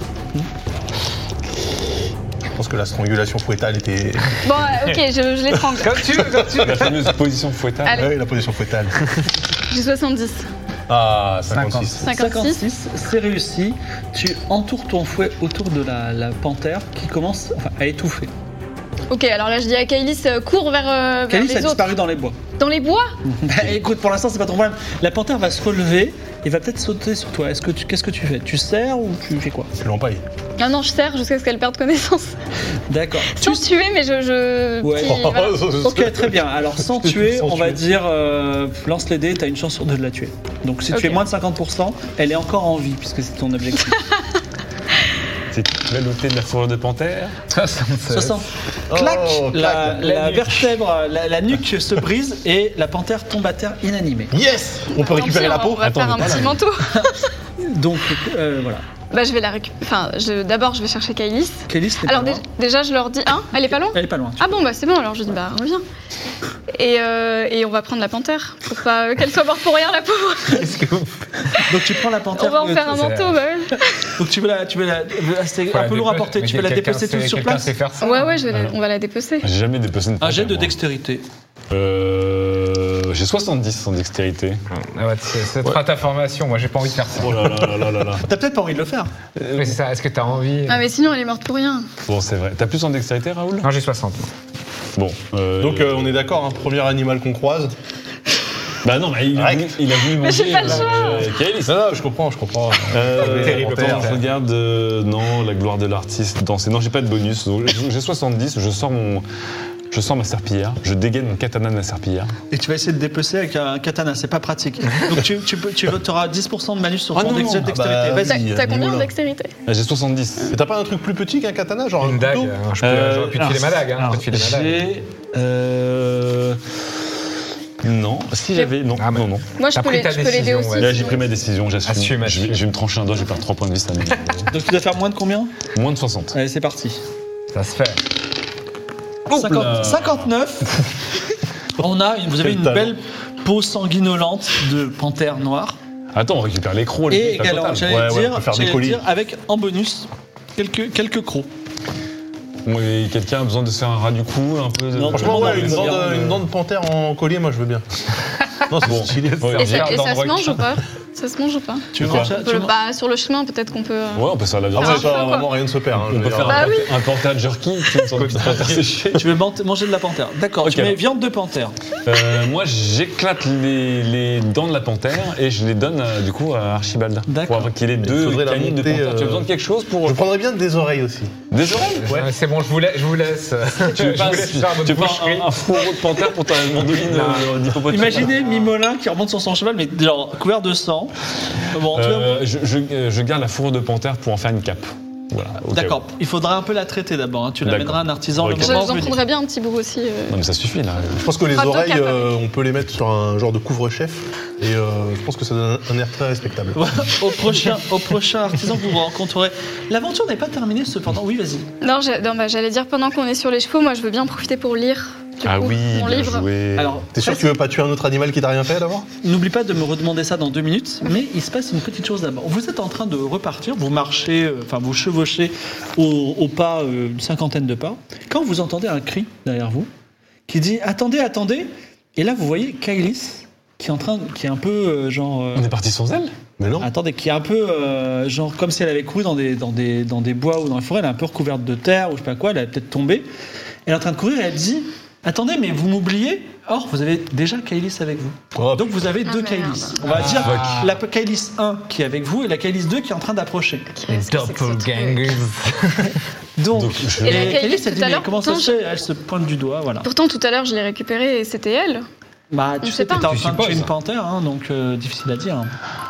Je pense que la strangulation fouettale était. Bon, euh, ok, je, je l'étrangle. Comme tu veux, comme tu veux. La fameuse position fouettale. Allez. Ah oui, la position fouettale. J'ai soixante-dix. Ah, cinquante-six. cinquante-six. cinquante-six, c'est réussi. Tu entoures ton fouet autour de la, la panthère qui commence enfin, à étouffer. Ok, alors là, je dis à Kailis, euh, cours vers, euh, vers Kailis a les autres. disparu dans les bois. Dans les bois? Bah, écoute, pour l'instant, c'est pas ton problème. La panthère va se relever et va peut-être sauter sur toi. Est-ce que tu, qu'est-ce que tu fais? Tu serres ou tu fais quoi? Tu l'empailles. Ah non, je serre jusqu'à ce qu'elle perde connaissance. D'accord. Sans tuer, mais je. je Ouais. petit- voilà. Ok, très bien. Alors, sans tuer, Sans on va tuer. dire euh, lance les dés, t'as une chance sur deux de la tuer. Donc, si tu Ok. es moins de cinquante pour cent, elle est encore en vie puisque c'est ton objectif. C'est la lotée de la fourrure de panthère. soixante-seize. soixante. Clac, Oh, la, clac. la La nuque. vertèbre, la, la nuque se brise et la panthère tombe à terre inanimée. Yes. On peut Tant récupérer pis, la on- peau. On va Attends, faire mais un pas petit la- manteau. Donc, euh, voilà. Bah, je vais la récupérer. Enfin, je... d'abord, je vais chercher Kailis. Kailis, n'est Alors, pas dé- loin. déjà, je leur dis, hein, elle est pas loin? Elle est pas loin. tu- Ah bon, bah c'est bon, alors je dis, bah reviens. Et, euh, et on va prendre la panthère, pour pas euh, qu'elle soit morte pour rien, la pauvre. Qu'est-ce que vous Donc, tu prends la panthère. On va en euh, faire un c'est- manteau, bah ouais. Donc, tu veux la. Tu veux la c'est un peu lourd à porter. Tu veux la dépecer tout sur place? Faire ça. Ouais, ouais, je vais la- on va la dépecer. J'ai jamais dépecé une Un jet de panthère, moi. dextérité. Euh, j'ai soixante-dix en dextérité. Ah ouais, c'est c'est pas ta formation, moi j'ai pas envie de faire ça. Oh là là là là là là. T'as peut-être pas envie de le faire. Mais c'est ça, est-ce que t'as envie Ah, mais sinon, elle est morte pour rien. Bon, c'est vrai. T'as plus en dextérité, Raoul? Non, j'ai soixante. Bon. euh, Donc euh, on est d'accord, hein, premier animal qu'on croise. Bah non, mais il a Rec. voulu, il a voulu Mais j'ai manger. pas le euh, choix. euh, Kailis. Non, non, je comprends, je comprends. Euh, Terrible attends, panthère. je regarde. euh, non, la gloire de l'artiste. Danser. Non, j'ai pas de bonus. Donc, j'ai soixante-dix. Je sors mon. Je sors ma serpillière. Je dégaine mon katana de ma serpillière. Et tu vas essayer de dépecer avec un katana, c'est pas pratique. Donc tu, tu, peux, tu auras dix pour cent de malus sur Ah ton non, dex- non. dextérité. Ah bah, Vas-y. T'as Oui, t'as combien Mimola. en dextérité? Ah, j'ai soixante-dix. Mais t'as pas un truc plus petit qu'un katana, genre Une un dague, couteau hein, je peux- j'aurais pu te filer ma dague, hein, je peux te filer ma dague. J'ai. Euh. Non. Si j'avais. Non. Ah, bah. non, non. Moi, je T'as peux pris les- ta je peux l'aider décision, aussi. ouais. Là, j'ai sinon. pris ma décision. J'assume. Assume, Je vais, assume. je vais me trancher un doigt. Je vais perdre trois points de vie. Ça m'énerve. Donc tu dois faire moins de combien? Moins de soixante. Allez, c'est parti. Ça se fait. cinquante, cinquante-neuf. On a, vous avez Quel une talent. belle peau sanguinolente de panthère noire. Attends, on récupère les crocs. Et les trucs, la également, totale. j'allais Ouais, ouais, on dire, peut faire des j'allais colis. dire, avec en bonus quelques, quelques crocs. Oui, quelqu'un a besoin de se faire un ras du cou, un peu de. Non, Franchement, Non, ouais, non, une mais dent, c'est de, bien, une euh. dent de panthère en collier, moi je veux bien. Non, c'est Bon. stylé. Ouais, Et ça, J'ai et un ça se endroit mange qui- ou pas? Ça se mange ou pas? Tu veux Quoi manger- On tu peut- veux- Bah, sur le chemin, peut-être qu'on peut. euh, Oh, Ah, En vrai, Faire un ça, feu, quoi. vraiment rien ne se perd. hein, je On veux peut dire. faire Bah un, oui. un panthère jerky, tu sais, une sorte de petite panthère séchée. Tu veux man- manger de la panthère. D'accord, tu Ok. mets viande de panthère. Euh, moi, j'éclate les, les dents de la panthère et je les donne euh, du coup à Archibald. D'accord. Pour qu'il ait deux faudrait la canines de monter, panthère. Tu as euh, besoin de quelque chose pour. Je prendrais bien des oreilles aussi. Des oreilles Ouais, c'est bon, je vous laisse. Je vous laisse. Tu veux Je pas, vous laisse faire votre tu veux pas boucherie. un, un fourreau de panthère pour ta mandoline euh, d'hippopotame? Imaginez Mimolin qui remonte sur son cheval, mais genre couvert de sang. Bon, en tout cas, Euh, je, je, euh, je garde la fourrure de panthère pour en faire une cape. Voilà. au cas d'accord, il faudra un peu la traiter d'abord. hein. Tu D'accord. l'amèneras à un artisan le Ok. Je moment vous en venu. prendrais bien un petit bout aussi. euh. où. Non, mais ça suffit là. Je pense que les Râteau oreilles, capable. euh, on peut les mettre sur un genre de couvre-chef. Et euh, je pense que ça donne un air très respectable. Voilà, au, prochain, au prochain artisan que vous rencontrerez. L'aventure n'est pas terminée cependant. Oui, vas-y. Non, j'ai- non, bah, j'allais dire pendant qu'on est sur les chevaux, moi je veux bien profiter pour lire. Du Ah coup, oui, mon bien livre. joué. Alors, T'es sûr que tu veux pas tuer un autre animal qui t'a rien fait d'abord? n'oublie pas de me redemander ça dans deux minutes, mais il se passe une petite chose d'abord. Vous êtes en train de repartir, vous marchez, euh, enfin vous chevauchez au, au pas, euh, une cinquantaine de pas, quand vous entendez un cri derrière vous qui dit « Attendez, attendez !» Et là, vous voyez Kailis qui est en train, qui est un peu euh, genre... euh, On est parti sans elle? Mais non. Attendez, qui est un peu euh, genre comme si elle avait couru dans des, dans, des, dans des bois ou dans les forêts, elle est un peu recouverte de terre ou je sais pas quoi, elle est peut-être tombée. Elle est en train de courir et elle dit attendez, mais vous m'oubliez? Or, vous avez déjà Kailis avec vous. Oh, Donc vous avez Ah, deux merde. Kailis. On va dire la Kailis un qui est avec vous et la Kailis deux qui est en train d'approcher. Qu'est-ce que c'est que ce truc Doppelgangers. Donc, Donc, je- Et la et Kailis, Kailis, elle tout dit à mais l'heure, comment ça pourtant, se fait? Elle se pointe du doigt, voilà. Pourtant, tout à l'heure, je l'ai récupérée et c'était elle. Bah, tu On sais, sait pas. t'étais en Tu train de tuer supposes. une panthère, hein, donc euh, difficile à dire.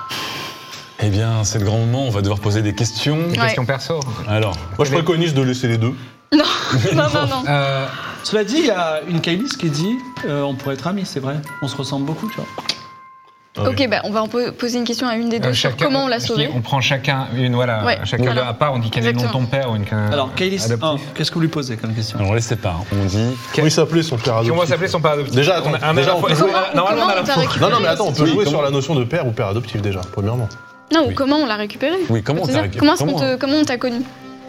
Eh bien, c'est le grand moment, on va devoir poser des questions. Des Ouais. questions perso. Alors, Moi je préconise de laisser les deux. Non, non, non, non. Euh, Cela dit, il y a une Kailis qui dit euh, on pourrait être amis, c'est vrai. On se ressemble beaucoup, tu vois. Ah Ok, oui. bah, on va en po- poser une question à une des deux euh, sur chacun- comment on l'a je dis, sauvée. On prend chacun une, voilà. Ouais, Chacun voilà. à part, on dit quel est le nom de ton père ou une. Alors, Kailis un, adoptif. qu'est-ce que vous lui posez comme question? alors on les sépare. On dit. Comment il s'appelait son père adoptif? Comment s'appelait son père adoptif? Déjà, attends, On a un déjà, on info- peut est-ce jouer- qu'on a- Comment- Normalement, on a comment t'as l'info. récupéré Non, non, mais attends, on peut Oui, jouer comment- sur la notion de père ou père adoptif déjà, premièrement. Non, ou Oui. comment on l'a récupérée? Oui, comment C'est t'as ça. récupéré- Comment est-ce qu'on comment- te- comment on t'a connu?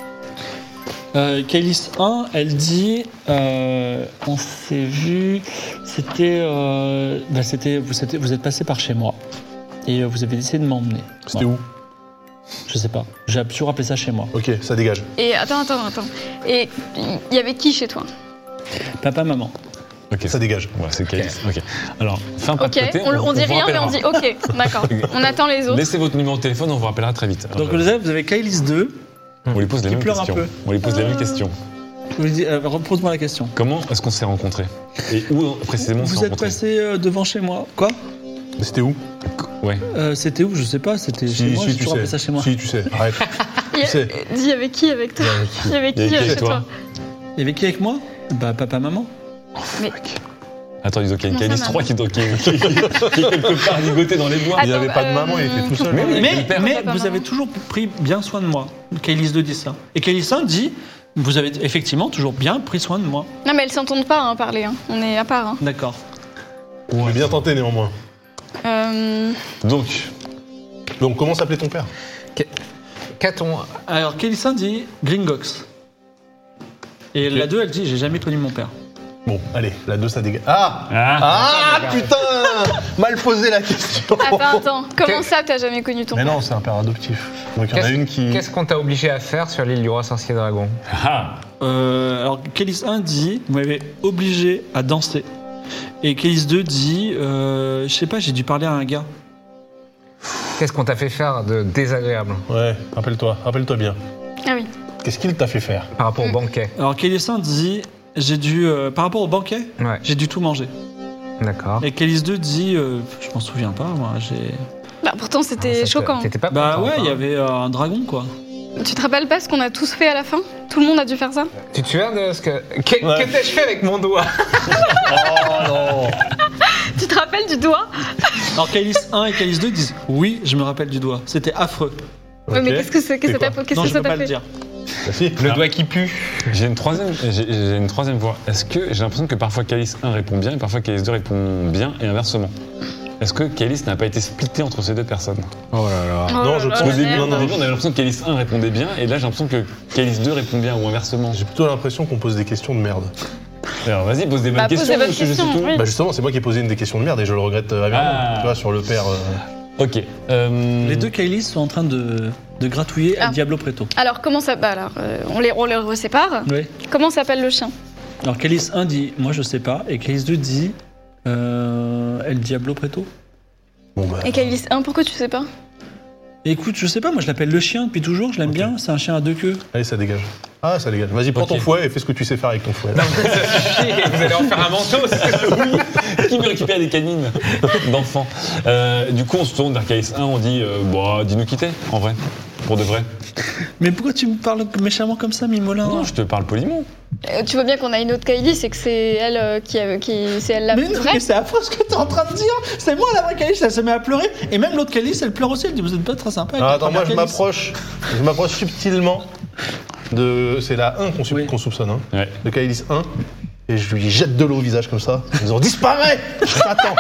Euh, Kailis un, elle dit euh, on s'est vu, c'était, euh, bah, c'était, vous, c'était- vous êtes passé par chez moi et euh, vous avez essayé de m'emmener. C'était Voilà. où? Je sais pas, j'ai toujours appelé ça chez moi. Ok, ça dégage. Et attends, attends, attends. Et il y avait qui chez toi? Papa, maman. Ok, Ça dégage. Ouais, c'est Kailis. Ok. Alors, fin pas Ok, de côté. on, on dit vous rien, mais on rappellera. dit ok, d'accord. On attend les autres. Laissez votre numéro de téléphone, on vous rappellera très vite. Donc Euh, vous avez, vous avez Kailis deux, on lui pose les qui mêmes pleure un questions. peu. On lui pose les mêmes Euh. questions. je vous dis, euh, repose-moi la question. Comment est-ce qu'on s'est rencontrés? Et où précisément on s'est Vous êtes rencontrés? passé euh, devant chez moi. Quoi? Mais c'était où? Ouais. Euh, C'était où? Je sais pas, c'était chez moi, j'ai tu toujours appelé sais. ça chez moi. Si, tu sais. Arrête. Il y a- sais. Dis avec qui avec toi? Il y avait Il y qui avait qui chez avec toi toi? Il y avait qui avec moi? Bah papa, maman. Mais Attends, il y a une Comment ça, Kailis maman trois qui, qui, qui, qui est quelque part ligoté dans les bois. Il n'y avait Attends, pas de maman, il euh, était tout seul. Mais oui. Mais, le père. mais Papa, vous maman. avez toujours pris bien soin de moi. Kailis deux dit ça. Et Kailis un dit vous avez effectivement toujours bien pris soin de moi. non, mais elles s'entendent pas hein, parler. hein. On est à part. hein. D'accord. J'ai bien tenté néanmoins. Euh, Donc, Donc comment s'appelait ton père? Qu'a-t-on. Alors Kailis un dit Gringox. Et Ok. la deux elle dit j'ai jamais connu mon père. Bon, allez, la deux, ça dégage. Ah Ah. Ah, putain Mal posé la question. Attends, attends. Comment Que- ça, t'as jamais connu ton Mais père non, c'est un père adoptif. Donc il y en a Qu'est-ce une qui... qu'est-ce qu'on t'a obligé à faire sur l'île du roi sorcier dragon? Ah. Euh, alors, Kélis un dit, vous m'avez obligé à danser. Et Kélis deux dit, euh, je sais pas, j'ai dû parler à un gars. Qu'est-ce qu'on t'a fait faire de désagréable Ouais, rappelle-toi, rappelle-toi bien. Ah oui. Qu'est-ce qu'il t'a fait faire? par rapport au banquet? Alors, Kélis un dit, j'ai dû, euh, par rapport au banquet, Ouais, j'ai dû tout manger. d'accord. Et Kélis deux dit, euh, je m'en souviens pas, moi, j'ai... Bah pourtant, Ça c'était te- choquant. T'étais pas Bah content, ouais, il y hein. avait euh, un dragon, quoi. Tu te rappelles pas ce qu'on a tous fait à la fin? Tout le monde a dû faire ça? Tu te souviens de ce que. Que, Ouais. que t'ai-je fait avec mon doigt? Oh non. Tu te rappelles du doigt? Alors, Kélis un et Kélis deux disent, oui, je me rappelle du doigt. C'était affreux. Ouais, mais Ok. qu'est-ce que c'est? Qu'est-ce que C'est ça quoi t'a qu'est-ce Non, que je ça peux pas t'a le fait? dire. Bah si. Le doigt qui pue. J'ai une troisième, j'ai, j'ai une troisième voix. Est-ce que j'ai l'impression que parfois Kélis un répond bien et parfois Kélis deux répond bien et inversement? Est-ce que Kélis n'a pas été splitté entre ces deux personnes? Oh là là. Oh Non, là je là, trouve Au la début, merde. au début, on avait l'impression que Kélis un répondait bien et là j'ai l'impression que Kélis deux répond bien ou inversement. J'ai plutôt l'impression qu'on pose des questions de merde. Alors vas-y, pose des bonnes Bah, posez questions, votre monsieur, je sais question, tout. oui. Bah justement, c'est moi qui ai posé une des questions de merde et je le regrette euh, amèrement. Ah. Tu vois, sur le père... euh, Ok. euh, Les deux Kélis sont en train de, de gratouiller Ah. El Diablo Preto. Alors, comment ça. Bah alors, euh, on, les, on les resépare. Oui. Comment s'appelle le chien? Alors, Kélis un dit, moi je sais pas. Et Kélis deux dit, euh, El Diablo Preto. Bon bah... Et Kailis un, pourquoi tu sais pas? Écoute, je sais pas, moi je l'appelle le chien depuis toujours, je l'aime Ok. bien. C'est un chien à deux queues. Allez, ça dégage. Ah, ça dégage. Vas-y, prends Ok. ton fouet et fais ce que tu sais faire avec ton fouet. Vous allez en faire un manteau, c'est Qui veut récupérer des canines d'enfants? Euh, Du coup, on se tourne vers Kélis un, on dit, euh, bah, dis-nous quitter, en vrai, pour de vrai. Mais pourquoi tu me parles méchamment comme ça, Mimolin? Non, je te parle poliment. Euh, Tu vois bien qu'on a une autre Kailis et que c'est elle euh, qui, a- qui c'est elle la Mais, plus non, vraie. mais c'est affreux ce que t'es en train de dire. C'est moi la vraie Kélis, elle se met à pleurer. Et même l'autre Kélis, elle pleure aussi. Elle dit, vous êtes pas très sympa. avec Ah, la attends, moi première je Kélis. m'approche. Je m'approche subtilement de... C'est la un qu'on sou- Oui. qu'on soupçonne, hein. Ouais. De Kailis un. Et je lui jette de l'eau au visage comme ça. En disant, disparaît. Attends.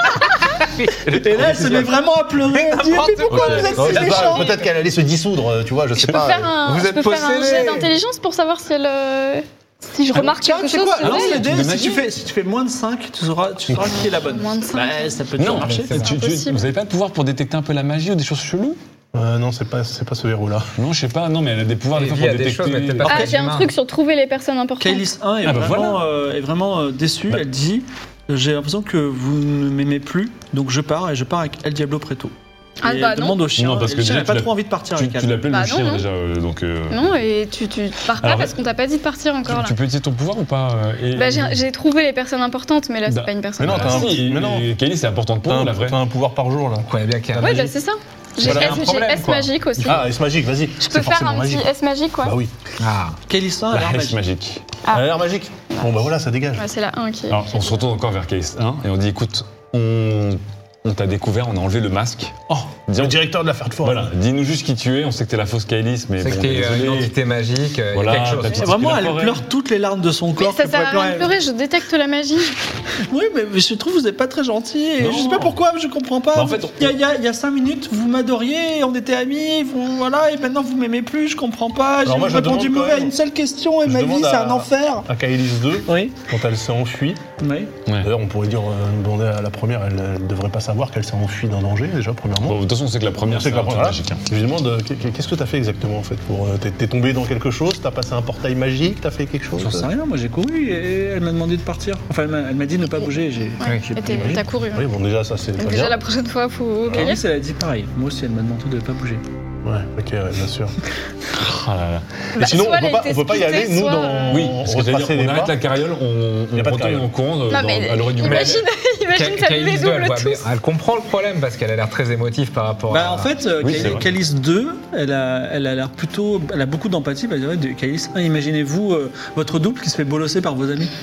Et là, elle se met vraiment à pleurer. Elle dit, mais pourquoi Ok. vous êtes Non, si je sais pas, méchants? peut-être qu'elle allait se dissoudre, euh, tu vois, je sais Je peux pas. faire un, vous je êtes peux faire un possédé. jet d'intelligence pour savoir si elle. euh, Si je Ah, remarque tiens, quelque tu sais chose quoi sur Lance elle. le dé, de si magie. tu fais, si tu fais moins de cinq, tu sauras, tu sauras qui est la bonne. Moins de cinq. Bah, ça peut toujours Non, marcher. mais tu- tu- impossible. vous avez pas de pouvoir pour détecter un peu la magie ou des choses cheloues? Euh, non, c'est pas, c'est pas ce verrou-là. Non, je sais pas, non, mais elle a des pouvoirs des fois Il y a pour des détecter. choses, mais peut-être pas Ah, très j'ai un humain. truc sur trouver les personnes importantes. Kailis un est Ah, bah vraiment, voilà. euh, est vraiment euh, déçue. Bah. Elle dit, j'ai l'impression que vous ne m'aimez plus, donc je pars et je pars avec El Diablo Preto. Ah, Et bah elle non. demande au chien. Non, parce et que le chien déjà, n'a pas tu trop envie de partir Tu, avec tu elle. l'appelles Bah le non, chien non. déjà, euh, donc. euh, Non, et tu, tu pars pas Alors, parce qu'on t'a pas dit de partir encore tu, là. tu peux utiliser ton pouvoir ou pas euh, et- Bah, j'ai j'ai trouvé les personnes importantes, mais là, c'est Bah, pas une personne. mais non, Ah, t'as un- si, mais non. et Kelly, c'est important pour T'as nous, un, la vraie. t'as un pouvoir par jour là. Je connais bien qu'il y a Ouais, magie. bah c'est ça. J'ai Voilà, S, un j'ai problème, S quoi. magique aussi. Ah, S magique, vas-y. Je C'est peux faire forcément un petit magique. S magique, quoi. Bah oui. Ah. Kailis un a La l'air hache magique. magique. Ah. Elle a l'air magique. Bon bah voilà, ça dégage. Ouais, c'est la un qui. Alors, qui- on se retourne encore vers Kelly un et on dit écoute, on, on t'a découvert, on a enlevé le masque. Oh, Dis- le directeur de la Fête Forêt. Voilà, dis-nous juste qui tu es, on sait que t'es la fausse Kailis, mais C'est bon, que t'es euh, une désolé. entité magique, euh, il Voilà, y a quelque chose. t'as- Et Parce vraiment, que la elle forêt- pleure toutes les larmes de son Mais corps. ça qu'elle sert à pourrait rien de pleurer. pleurer, je détecte la magie. Oui, mais, mais je trouve que vous n'êtes pas très gentil. Et Non. je sais pas pourquoi, je comprends pas. Bah, en fait, on- il, y a, il y a- il y a cinq minutes, vous m'adoriez, on était amis, vous, voilà, et maintenant vous m'aimez plus, je comprends pas. J'ai Alors moi, je répondu demande quand mauvais à même- une seule question et je ma vie, demande c'est à- un enfer. À Kailis deux, Oui, quand elle s'est enfuie. oui. Ouais. D'ailleurs, on pourrait dire, euh, demander à la première, elle, elle devrait pas savoir qu'elle s'est enfuie d'un danger déjà, premièrement. Bon, de toute façon, on sait que la première, On sait que la un truc première. magique, hein. Je lui demande, euh, qu'est- qu'est-ce que t'as fait exactement en fait pour euh, t'es, t'es tombé dans quelque chose, t'as passé un portail magique, t'as fait quelque chose. J'en sais rien, moi j'ai couru et elle m'a demandé de partir. Enfin, elle m'a, elle m'a dit de ne pas bouger. J'ai, Ouais, j'ai et pris t'es- ma vie. t'as couru. hein. Oui, bon déjà ça c'est Donc pas déjà, bien. la prochaine fois, faut obéir. Kailis, elle a dit pareil. Moi aussi, elle m'a demandé de ne pas bouger. Ouais, ok, ouais, bien sûr. Ah là là. Et Bah, sinon, soit on peut elle pas, était on peut pas y splitée, aller, nous, soit- dans. Oui, parce que j'allais retracer dire, les on arrête pas. la carriole, on, on Y a pas de retourne carriole. en courant euh, Non, dans- mais à l'orée du monde. imagine, imagine, ça nous les Kailis deux, elle, double voit bien- tous. elle comprend le problème parce qu'elle a l'air très émotive par rapport Bah, à. en fait, euh, Oui, Kailis- c'est vrai. Kailis deux, elle a, elle a l'air plutôt. Elle a beaucoup d'empathie. Bah, je dirais, de Kailis un, imaginez-vous euh, votre double qui se fait bolosser par vos amis.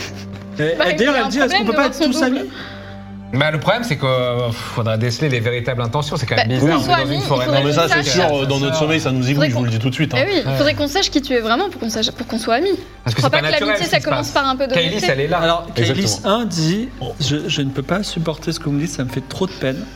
Et- Bah, et D'ailleurs, il y a elle un dit est-ce qu'on problème peut de pas voir être son tous double. amis? Bah, le problème, c'est qu'il faudra déceler les véritables intentions. C'est quand même Bah, bizarre. qu'on On soit est dans amis, une il forêt faudrait Non mais ça c'est qu'on sûr, sache. euh, dans notre sommeil ça nous éblouit, Faudrait je vous le dis tout de suite. hein. Eh oui, il faudrait qu'on sache qui tu es vraiment pour qu'on sache, pour qu'on soit amis. Parce Je que crois c'est pas pas que naturel. l'amitié, ce ça qui se commence passe. par un peu Kailis, d'honnêteté. elle est là. Alors, Kailis Exactement. un dit je, je ne peux pas supporter ce que vous me dites, ça me fait trop de peine.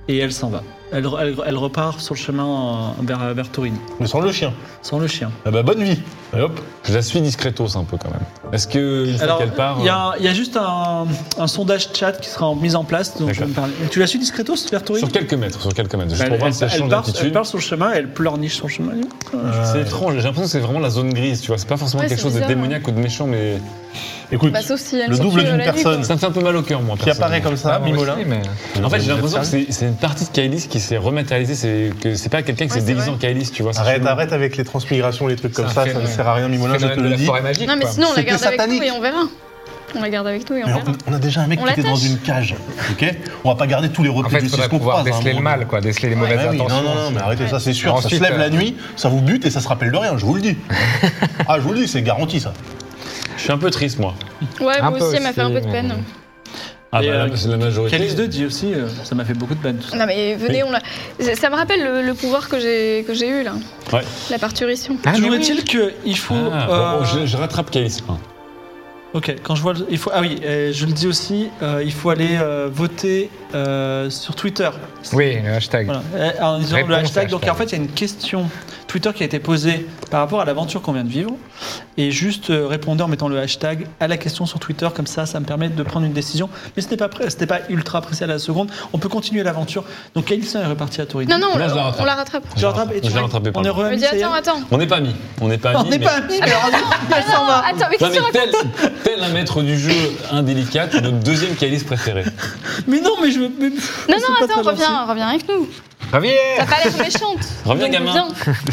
et elle s'en va. Elle, elle, elle repart sur le chemin vers, vers Torini, Mais sans le chien. sans le chien. Ah bah bonne vie. Et hop. Je la suis discretos un peu quand même. Est-ce que une fois Alors, qu'elle part, il y, a- il y a juste un, un sondage chat qui sera en mise en place. Donc je vais me parler. Tu la suis discretos vers Torini? sur quelques mètres, sur quelques mètres, juste elle, pour voir elle- si elle elle change part, elle d'attitude. part sur le chemin, elle pleurniche sur le chemin. C'est étrange. J'ai l'impression que c'est vraiment la zone grise, tu vois. C'est pas forcément Ouais, quelque c'est chose de bizarre, démoniaque ou de méchant, mais Écoute, Bah, sauf si elle le s'enfuit, double euh, d'une la nuit, personne quoi. ça me fait un peu mal au cœur, moi. qui apparaît personnellement. comme ça, Ah, moi Mimolin. aussi, mais- En fait, j'ai Vous êtes l'impression que sérieux c'est c'est une partie de Kailis qui s'est rematérialisée. C'est que c'est pas quelqu'un qui Ouais, s'est c'est déguisé vrai. en Kailis, tu vois. c'est Arrête, chelou. arrête avec les transmigrations, les trucs comme Ça ça, fait- ça ne sert à rien, Mimolin, je te Phénomène de le la dis. forêt magique. Non, mais quoi. sinon, on la C'était garde avec satanique. nous et on verra. On la garde avec nous et on Mais verra. on, on a déjà un mec On qui était dans l'attache. une cage, ok? On va pas garder tous les En replis fait, de il justice faudrait qu'on pouvoir croise. hein, déceler à un le moment mal, quoi, déceler les mauvaises Ouais, oui, intentions. non, non, non, mais arrêtez ça, c'est sûr. Ça Ensuite, se lève euh, la nuit, ça vous bute et ça se rappelle de rien, je vous le dis. Ah, je vous le dis, c'est garanti ça. Je suis un peu triste, moi. Ouais, Un moi peu aussi, elle m'a fait un peu de aussi, peine. Ah Et, bah là, euh, c'est la majorité. Calice deux dit aussi, euh, ça m'a fait beaucoup de peine. Tout ça. Non, mais venez, on l'a. Ça me rappelle le, le pouvoir que j'ai que j'ai eu, là. Ouais. La parturition. Ah, mais Toujours oui. est-il qu'il faut. Ah, euh, bon, je, je rattrape Kailis. Hein. Ok, quand je vois, le- il faut. Ah oui, euh, je le dis aussi, euh, il faut aller euh, voter euh, sur Twitter. Oui, le hashtag. Voilà, euh, en disant le Réponse hashtag. Donc hashtag. en fait, il y a une question Twitter qui a été posée par rapport à l'aventure qu'on vient de vivre, et juste euh, répondez en mettant le hashtag à la question sur Twitter. Comme ça, ça me permet de prendre une décision. Mais ce n'est pas prêt, c'était pas ultra précis à la seconde. On peut continuer l'aventure. Donc Kalisson est reparti à Torino. Non, non, on, Là, je la la, rattrape. on la rattrape. Je rattrape et tu Je l'ai rattrapé, On est pardon. Je me remis. dis, ça y est attends, attends. On n'est pas amis. On n'est pas amis. On n'est mais- pas amis. mais alors, elle s'en va. Attends, mais Non, qu'est-ce mais que tu tel, tel un maître du jeu indélicat, notre deuxième Kailis préféré. Mais non, mais je veux. mais- Non, c'est non, pas attends, très reviens, gentil. reviens avec nous. Reviens. T'as pas l'air méchante. Reviens, Donc, gamin. viens.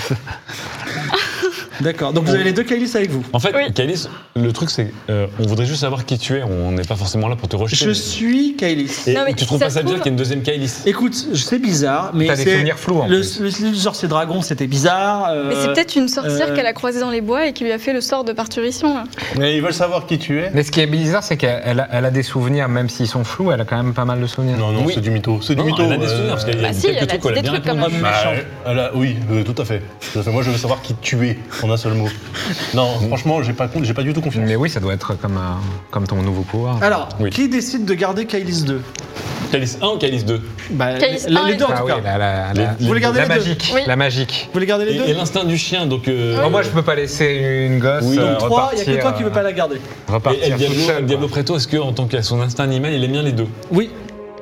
D'accord. Donc vous avez les deux Kailis avec vous. En fait, Oui. Kailis, le truc, c'est euh, on voudrait juste savoir qui tu es. On n'est pas forcément là pour te rejeter. Je mais- suis Kailis. Et Non, mais tu trouves ça pas se ça bizarre trouve- qu'il y ait une deuxième Kailis? Écoute, c'est bizarre, mais T'as des c'est- souvenirs flous, en le, plus. le, le sorcier dragon, c'était bizarre. euh, Mais c'est peut-être une sorcière euh, qu'elle a croisée dans les bois et qui lui a fait le sort de parturition, là. Mais ils veulent savoir qui tu es. Mais ce qui est bizarre, c'est qu'elle elle a, elle a des souvenirs, même s'ils sont flous, elle a quand même pas mal de souvenirs. Non, non, Oui. c'est du mytho. C'est du Non, mytho. elle a des euh, souvenirs, parce qu'il y a Bah si, quelques elle a trucs dit où elle a des bien trucs quand répondu. même. Homme Bah, méchant. elle a- oui, euh, tout à fait. Tout à fait. Moi, je veux savoir qui tu es, en un seul mot. Non, franchement, j'ai pas, compte- j'ai pas du tout confiance. Mais oui, ça doit être comme, un- comme ton nouveau pouvoir. Alors, Oui. qui décide de garder Kailis deux? Kailis un ou Kailis deux? Bah, Kailis les, un les et deux en Ah tout oui, cas. la, la, Les- la- Vous les gardez la les deux magique. Oui. La magique. Vous les gardez les Et, deux? et l'instinct du chien, donc. euh, Oh, moi, je peux pas laisser une gosse Oui. euh, Donc trois, il n'y a que repartir, toi qui ne euh, veux pas la garder. Et repartir El toute Diablo, seule, El Diablo quoi. Preto, est-ce qu'en tant qu'à son instinct animal, il aime bien les deux? Oui.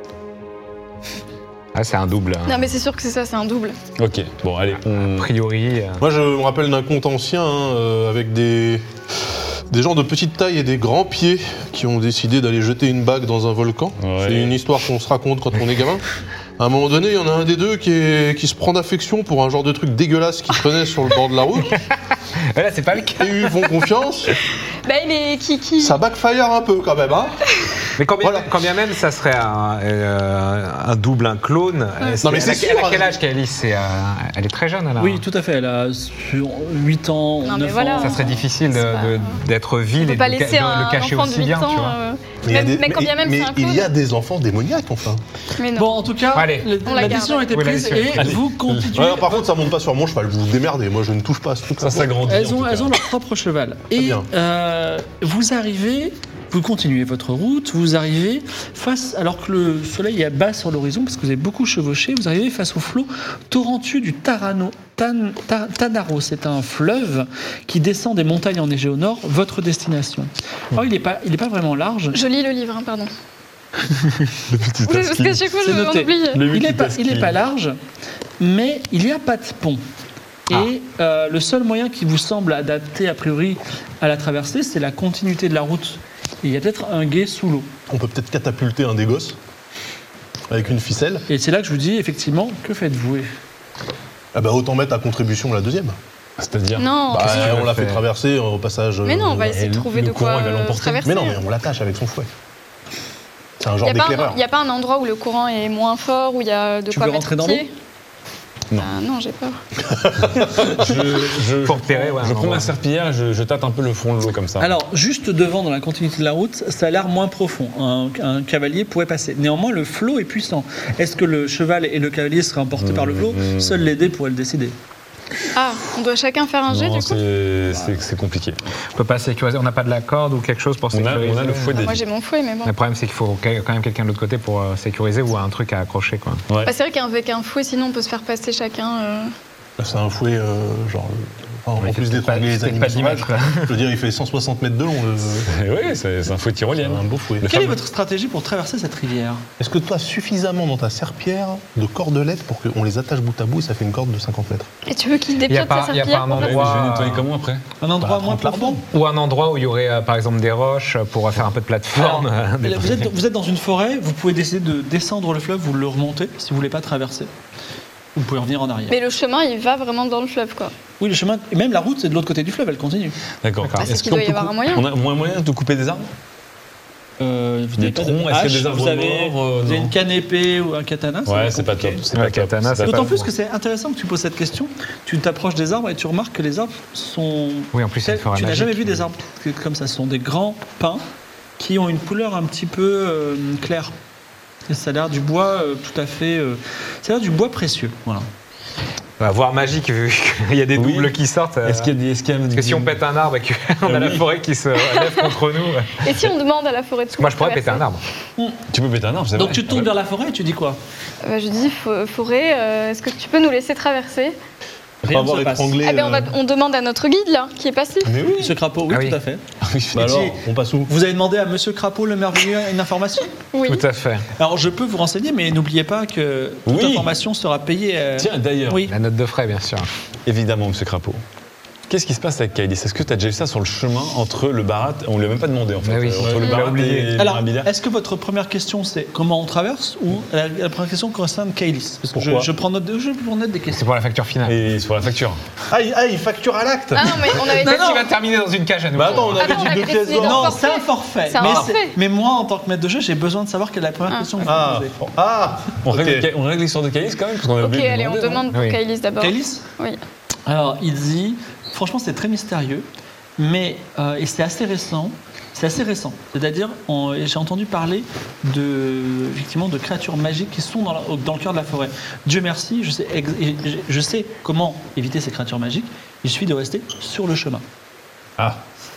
Ah, c'est un double. hein. Non, mais c'est sûr que c'est ça, c'est un double. Ok, bon, allez. On... A priori. euh, Moi, je me rappelle d'un conte ancien hein, euh, avec des, des gens de petite taille et des grands pieds qui ont décidé d'aller jeter une bague dans un volcan. Ouais. C'est une histoire qu'on se raconte quand on est gamin. À un moment donné, il y en a un des deux qui, est- qui se prend d'affection pour un genre de truc dégueulasse qui traînait sur le bord de la route. Ah, là, c'est pas le cas. Et ils lui font confiance. Bah, il est. Qui, qui... Ça backfire un peu quand même. Hein. Mais quand bien, Voilà. quand bien même, ça serait un, euh, un double, un clone. Euh, Non, mais elle, a, c'est elle a sûr, quel hein. âge qu'Alice c'est, euh, Elle est très jeune, alors. Oui, tout à fait. Elle a sur huit ans, Non, mais neuf voilà. ans. Ça serait difficile de- C'est pas- de- d'être vil On et peut de, pas le ca- laisser de un, le cacher enfant de aussi huit bien, ans. tu vois. euh, Mais il y a même, des- mais quand bien même mais c'est un il clone. y a des enfants démoniaques enfin. Mais non. Bon, en tout cas, Allez. le- On la, la garde. décision a été Oui, la prise décision. et Allez. vous continuez. Ouais, par contre, ça monte pas sur mon cheval. Vous vous démerdez. Moi, je ne touche pas à ce truc. Ça s'agrandit. Elles en ont, tout elles cas. ont leur propre cheval. Et bien. euh, vous arrivez, vous continuez votre route, vous arrivez face, alors que le soleil est bas sur l'horizon, parce que vous avez beaucoup chevauché, vous arrivez face au flot torrentueux du Tarano. Tan- Ta- Tanaro, c'est un fleuve qui descend des montagnes enneigées au nord, votre destination. Alors, il n'est pas, il est pas vraiment large. Je lis le livre, hein, pardon. Parce qu'à chaque fois, C'est je noté. oublie. Il n'est pas, il est pas large, mais il n'y a pas de pont. Et euh, le seul moyen qui vous semble adapté a priori à la traversée, c'est la continuité de la route. Et il y a peut-être un gué sous l'eau. On peut peut-être catapulter un des gosses avec une ficelle. Et c'est là que je vous dis, effectivement, que faites-vous? Ah bah autant mettre à contribution la deuxième. C'est-à-dire. Non. Bah, qu'est-ce que tu on veux l'a fait faire traverser au passage. Mais non, on va euh, essayer de le- trouver le de quoi courant, il va euh, l'emporter. traverser. Mais non, mais on l'attache avec son fouet. C'est un Il genre n'y a, d'éclaireur. pas un- y a pas un endroit où le courant est moins fort, où il y a de Tu quoi veux mettre rentrer dans pied Non. Ah, non, j'ai peur. Je, je, Pour je repérer, ouais, je un prends endroit. ma serpillière, je, je tâte un peu le fond de l'eau comme ça. Alors, juste devant, dans la continuité de la route, ça a l'air moins profond. Un, un cavalier pourrait passer. Néanmoins, le flot est puissant. Est-ce que le cheval et le cavalier seraient emportés par le flot? Seuls les dés pourraient le décider. Ah, on doit chacun faire un jet Non, du coup. c'est, c'est, c'est compliqué. On peut pas sécuriser, on n'a pas de la corde ou quelque chose pour On a, sécuriser. on a le fouet Ah, des moi j'ai mon fouet, mais bon. Le problème, c'est qu'il faut quand même quelqu'un de l'autre côté pour euh, sécuriser ou un truc à accrocher, quoi. Ouais. Bah, c'est vrai qu'avec un fouet, sinon on peut se faire passer chacun. euh, C'est un fouet, euh, genre. enfin, Ouais, en plus c'est d'étrangler pas- les c'est animaux pas dix sauvages, mètres. je veux dire, il fait cent soixante mètres de long. Le... Oui, c'est, c'est un fouet tyrolien. Un beau fouet. Quelle est votre stratégie pour traverser cette rivière? Est-ce que tu as suffisamment dans ta serpillière de cordelettes pour qu'on les attache bout à bout et ça fait une corde de cinquante mètres? Et tu veux qu'il Il y a dépiote pas- sa il y a serpillière pas un pour Ouais, mais endroit- je vais nettoyer comment après? Un endroit Bah, moins trempe profond. Ou un endroit où il y aurait, euh, par exemple, des roches pour faire un peu de plateforme. Alors, Des- vous, êtes, vous êtes dans une forêt, vous pouvez décider de descendre le fleuve ou le remonter si vous voulez pas traverser. Vous pouvez revenir en arrière. Mais le chemin, il va vraiment dans le fleuve, quoi. Oui, le chemin, et même la route, c'est de l'autre côté du fleuve, elle continue. D'accord. D'accord. Ah, c'est Est-ce qu'il qu'on doit y peut avoir cou- un moyen. On a moins moyen de couper des arbres? Euh, vous Des n'avez pas de troncs, est-ce qu'il y a hache, des arbres vous avez, morts, euh, vous avez non. une canne épée ou un katana. ça va Ouais, être c'est pas compliqué. top. C'est Ouais, pas top. katana, C'est c'est pas D'autant top. plus que c'est intéressant que tu poses cette question. Tu t'approches des arbres et tu remarques que les arbres sont. Oui, en plus, c'est une forêt Tu n'as magique. jamais vu des arbres comme ça. Ce sont des grands pins qui ont une couleur un petit peu euh, claire. Et ça a l'air du bois euh, tout à fait. euh, ça a l'air du bois précieux. Voilà. Bah, voire magique, vu qu'il y a des Oui. doubles qui sortent. euh, Est-ce qu'il y a des. Est-ce qu'il y a Parce que si on pète un arbre et qu'on a la Oui. forêt qui se lève contre nous. Et si on demande à la forêt de Moi, je pourrais péter un arbre. Tu peux péter un arbre, c'est Donc vrai. tu te tournes Ah vers la forêt et tu dis quoi? Bah, je dis, fo- forêt, euh, est-ce que tu peux nous laisser traverser? Rien Pas ne avoir se passe. étranglé. Ah ben on, va, euh, on demande à notre guide là, qui est passif. Mais oui. Monsieur Crapaud, oui, Ah oui. tout à fait. oui, Bah alors, Et- on passe où? Vous avez demandé à Monsieur Crapaud le merveilleux une information? Oui. Tout à fait. Alors je peux vous renseigner, mais n'oubliez pas que toute Oui. information sera payée. euh, Tiens, d'ailleurs, Oui. La note de frais, bien sûr. évidemment, monsieur Crapaud. Qu'est-ce qui se passe avec Kailis? Est-ce que tu as déjà eu ça sur le chemin entre le Barat, on ne lui a même pas demandé en fait, Ah oui. euh, entre Ouais, le on l'a Barat oublié. et Alors, Mirabilia? est-ce que votre première question c'est comment on traverse ou la, la première question concerne Kailis? Parce que je, Pourquoi je prends note de, je prends note des C'est questions. pour la facture finale. Et sur la facture. Ah, il, ah, il facture à l'acte. Ah non, mais on avait Non, dit non. Qui va terminer dans une cage à nouveau. Bah attends, on avait Ah non, on dit avait deux pièces décidé d'or. d'un Non, forfait. c'est un forfait. C'est un mais, forfait. mais moi, en tant que maître de jeu, j'ai besoin de savoir quelle est la première Ah. question que vous Ah, posez. ah, On, ok. règle, on règle l'histoire de Kailis quand même parce qu'on a Ok, oublié de allez, on demander, non demande pour Oui. Kailis d'abord. Kailis Oui. Alors, il dit, franchement, c'est très mystérieux, mais euh, et c'est assez récent. C'est assez récent. C'est-à-dire, on- j'ai entendu parler de, effectivement, de créatures magiques qui sont dans, la- dans le cœur de la forêt. Dieu merci, je sais, ex- et je- je sais comment éviter ces créatures magiques. Il suffit de rester sur le chemin Ah.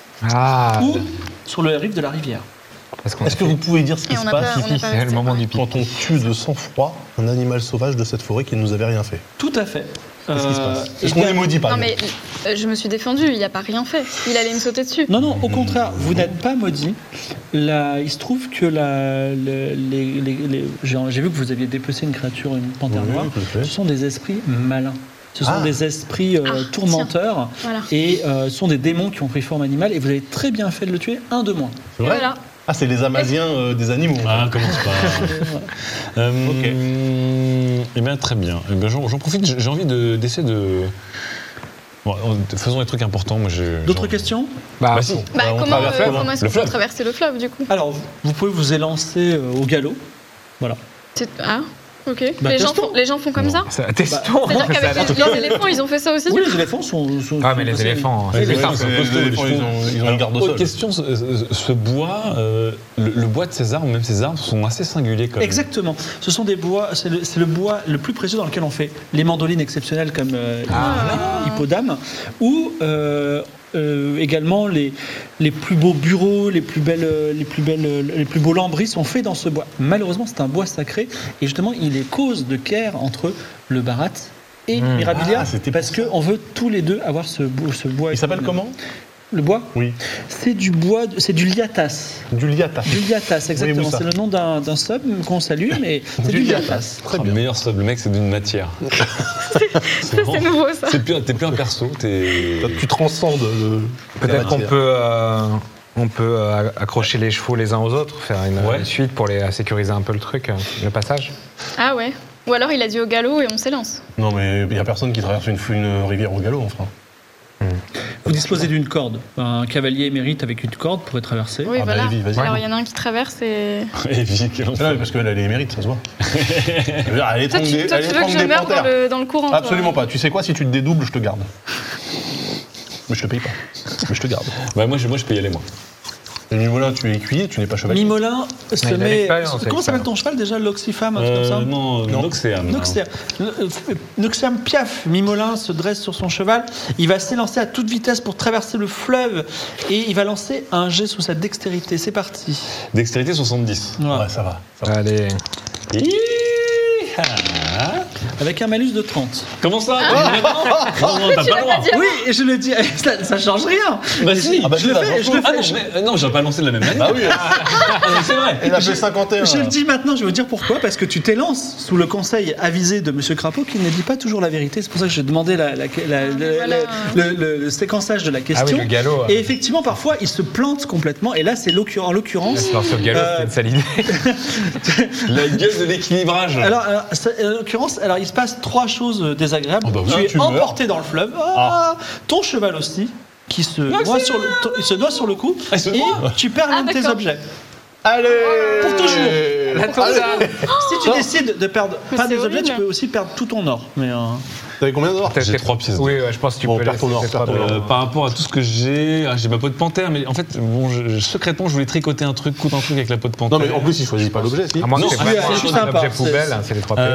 Ah. ou sur le rive de la rivière. Parce qu'on Est-ce que vous pouvez dire ce qui Et on se n'a passe pas- on n'a ici pas c'est le resté, moment ouais. du pic. quand on tue de sang-froid un animal sauvage de cette forêt qui ne nous avait rien fait? Tout à fait. Qu'est-ce qui se Euh, passe? eh Est-ce qu'on bien- est maudit par Non exemple? mais euh, je me suis défendue, il n'a pas rien fait. Il allait me sauter dessus. Non, non, au contraire, vous n'êtes pas maudit. Là, il se trouve que la, le- les, les- les- j'ai j'ai vu que vous aviez dépecé une créature, une panthère Oui, noire. tout à fait. Ce sont des esprits malins. Ce sont Ah. des esprits euh, Ah, tourmenteurs. Voilà. Et euh, ce sont des démons qui ont pris forme animale. Et vous avez très bien fait de le tuer, un de moins. C'est Et vrai? voilà. Ah, c'est les Amaziens euh, des animaux. Ah, commence pas. euh, Eh bien, très bien. Eh bien, j'en, j'en profite, j'ai j'ai envie de, d'essayer de. Bon, on- faisons des trucs importants. Moi, j'ai, D'autres j'ai- questions? Bah, Bah, si. Bah, Bah, on comment, traverse euh, comment comment est-ce Le qu'on peut fleuve. traverser le fleuve du coup? Alors, vous pouvez vous élancer euh, au galop. Voilà. C'est- Ah, ok. Bah, les, gens testons. font, les gens font comme ça? ça, testons. C'est-à-dire Ça a qu'avec l'air- les, les éléphants, ils ont fait ça aussi? Oui, les éléphants sont. sont- Ah, mais sont les assez- éléphants, Oui, c'est les plus éléphants, simple. Les sont- éléphants, ils ont, ils ont une garde au Autre sol. question, ce, ce- ce bois, euh, le, le bois de ces arbres, même ces arbres, sont assez singuliers quand même. Exactement. Ce sont des bois, c'est le, c'est le bois le plus précieux dans lequel on fait les mandolines exceptionnelles comme euh, Hippodame, ou euh, euh, également les, les plus beaux bureaux, les plus belles, euh, les plus belles, euh, les plus beaux lambris sont faits dans ce bois. Malheureusement, c'est un bois sacré et justement, il est cause de guerre entre le Barat et Mmh. Mirabilia Ah, c'était parce pour qu'on veut tous les deux avoir ce, bois- ce bois. Il s'appelle comment? Le bois. Oui. C'est du bois, de- c'est du liatas. Du liatas. Du liatas, exactement. Moussa. C'est le nom d'un d'un sub qu'on salue, mais c'est du liatas. Très Oh, bien. le meilleur sub, le mec, c'est d'une matière. Ça, c'est nouveau ça. C'est plus, t'es plus un perso, t'es. Toi, tu transcendes le. Peut-être la qu'on matière. peut, euh, on peut euh, accrocher les chevaux les uns aux autres, faire une, Ouais. une suite pour les, sécuriser un peu le truc, euh, le passage. Ah ouais. Ou alors il a dit au galop et on s'élance. Non, mais il n'y a personne qui traverse une, une rivière au galop, enfin. Vous disposez d'une corde. Un cavalier émérite avec une corde pourrait traverser. Oui, Ah bah, voilà. Evie, vas-y. Alors il y en a un qui traverse et. Evie, quel Ah, enfer. oui, parce qu'elle a les mérites, ça se voit. Elle Toi, étrangle tu, des, toi, elle tu veux que étrangle je des meure dans panthères. le, dans le courant toi Absolument pas. Tu sais quoi, si tu te dédoubles, je te garde. Mais je te paye pas. Mais je te garde. Bah, moi, je, moi, je peux y aller, moi. Et Mimolin, tu es écuyer, tu n'es pas chevalier. Mimolin se il a met. l'expérience, Comment l'expérience. s'appelle ton cheval déjà? L'Oxyfam, un truc comme ça? Euh, non, Non. Noxéam. non. Noxéam. Noxéam piaf. Mimolin se dresse sur son cheval. Il va s'élancer à toute vitesse pour traverser le fleuve et il va lancer un jet sous sa dextérité. C'est parti. Dextérité soixante-dix. Voilà. Ouais, ça va. Ça va. Allez. Hi-ha. Avec un malus de trente. Comment ça Non, non, t'as Tu pas l'as le droit. pas dit. Oui, et je le dis, ça, ça change rien. Bah si. Ah bah, Je le c'est fais, la je le Ah fais. non, je- mais- non, j'aurais pas lancé de la même manière. Bah oui, Ah, mais c'est vrai. il a fait cinquante et un. Je le là. dis maintenant, je vais vous dire pourquoi. Parce que tu t'élances sous le conseil avisé de Monsieur Crapaud qui ne dit pas toujours la vérité. C'est pour ça que j'ai demandé la, la- la- la- voilà. la- le, le- le séquençage de la Ah question. oui, le galop. Et effectivement, parfois, il se plante complètement. Et là, c'est l'occur- en l'occurrence. Se lancer au galop, Euh, c'est une sale idée. La gueule de l'équilibrage. Alors, alors, ça- en l'occurrence, alors il se passe trois choses euh, désagréables. Oh bah oui, tu es tu meurs. emporté dans le fleuve. Ah, Ton cheval aussi, qui se noie sur le, ton- il se noie sur le coup. Ah, il se et noie tu perds Ah, l'un de tes d'accord. objets. Allez Pour toujours. La totale. Si tu décides de perdre Mais pas c'est des objets, horrible. tu peux aussi perdre tout ton or. Mais euh, T'avais combien d'or J'ai trois pièces d'or. Oui, ouais, je pense que tu Bon, peux perds ton laisser or, tes perds trois ton or. d'or. Euh, par rapport à tout ce que j'ai, ah, j'ai ma peau de panthère, mais en fait, bon, je- je- secrètement, je voulais tricoter un truc, coudre un truc avec la peau de panthère. Non, mais en plus, il choisit pas l'objet, si. À moins Non, que c'est c'est- vraiment c'est un sympa, objet c'est- poubelle, hein, c'est les trois P O.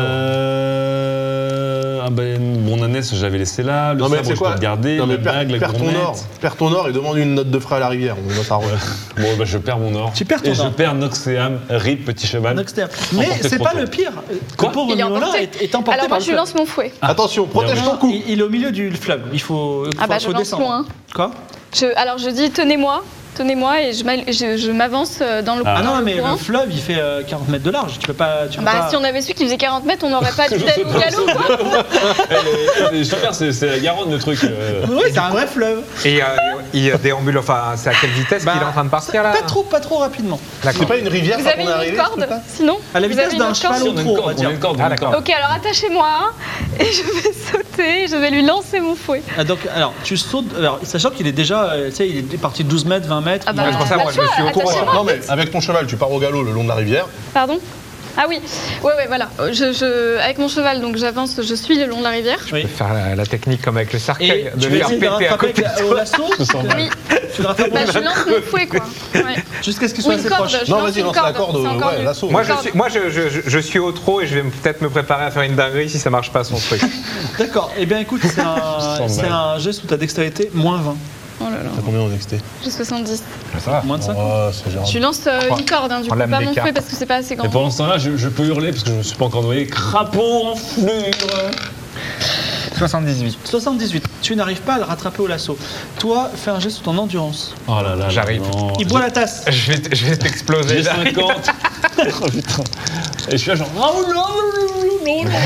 Euh, ah ben, mon ânesse, j'avais laissé là. Le Non, mais sabre, c'est je quoi peux le garder. Non, mais la bague, la perds ton gourmette. or. Perds ton or et demande une note de frais à la rivière. On va s'arranger. Bon, bah, je perds mon or. Tu perds ton Et or. je perds Noxéam, rip, petit cheval. Noxter. Mais Emporté c'est trop pas tôt. le pire. Quoi Le pauvre Il est Mimolin emporté. est, est emporté Alors par moi, le je fleuve. lance mon fouet. Attention, protège ton cou. Il, il est au milieu du fleuve. Il faut. Ah faut- bah, je faut lance descendre. loin. Quoi? Je, alors je dis tenez-moi, tenez-moi et je, m'al- je, je m'avance euh, dans le Ah Ah dans non, le mais courant. le fleuve, il fait euh, quarante mètres de large. Tu peux pas. Tu peux Bah pas... si on avait su qu'il faisait quarante mètres, on n'aurait pas dû d'aller au galop quoi. Eh, Je te perds, c'est c'est la Garonne le truc. euh. Oui, c'est un vrai fleuve. Et euh, il déambule, enfin, c'est à quelle vitesse Bah, qu'il est en train de partir là Pas trop, pas trop rapidement. C'est pas une rivière Vous quand avez on est arrivé une corde sinon À la Vous vitesse avez une d'un autre cheval corde au On a une trot, on va corde, on a dire. une corde. Ah, on a une d'accord. corde. Ok, alors attachez-moi et je vais sauter et je vais lui lancer mon fouet. Ah, donc, alors, tu sautes. Alors, sachant qu'il est déjà. euh, Tu sais, il est parti de douze mètres, vingt mètres. Ah il bah, est- C'est pour ça, bah, moi, tu je me vois, suis attachez-moi. autour. Non, mais avec ton cheval, tu pars au galop le long de la rivière. Pardon Ah oui, ouais ouais voilà. Je, je, avec mon cheval donc j'avance, je suis le long de la rivière. Oui. Je vais faire la, la technique comme avec le cercueil, Et de tu le vas faire essayer de le péter à rattraper côté. avec la- au lasso. Oui, Tu le rattrapes au bah, lasso je lance mon fouet quoi. Ouais. jusqu'à ce qu'il Ou soit une assez corde, proche. je Non, lance vas-y, une lance la corde, c'est encore ouais, mieux. lasso. Moi, je Corde. suis, moi je, je- je- je suis au trot et je vais peut-être me préparer à faire une dinguerie si ça marche pas son truc. D'accord. Eh bien, écoute, c'est un, sens c'est mal. un jet sous ta dextérité, moins vingt. Oh là là, T'as combien en dexté j'ai soixante-dix. Ça va. Moins de cinq. Oh, c'est Gérard. Je lance euh, une corde hein, du Prends coup, l'âme pas des mon cartes. fouet parce que c'est pas assez Et grand. pendant ce temps-là, je, je peux hurler parce que je ne suis pas encore noyé. Crapaud en flure. soixante-dix-huit. soixante-dix-huit. Tu n'arrives pas à le rattraper au lasso. Toi, fais un jet sous ton endurance. Oh là là. J'arrive. non. Il boit la tasse. Je vais, je vais t'exploser. J'ai cinquante. Oh putain. Et je suis là genre. Oh non, non, non, non.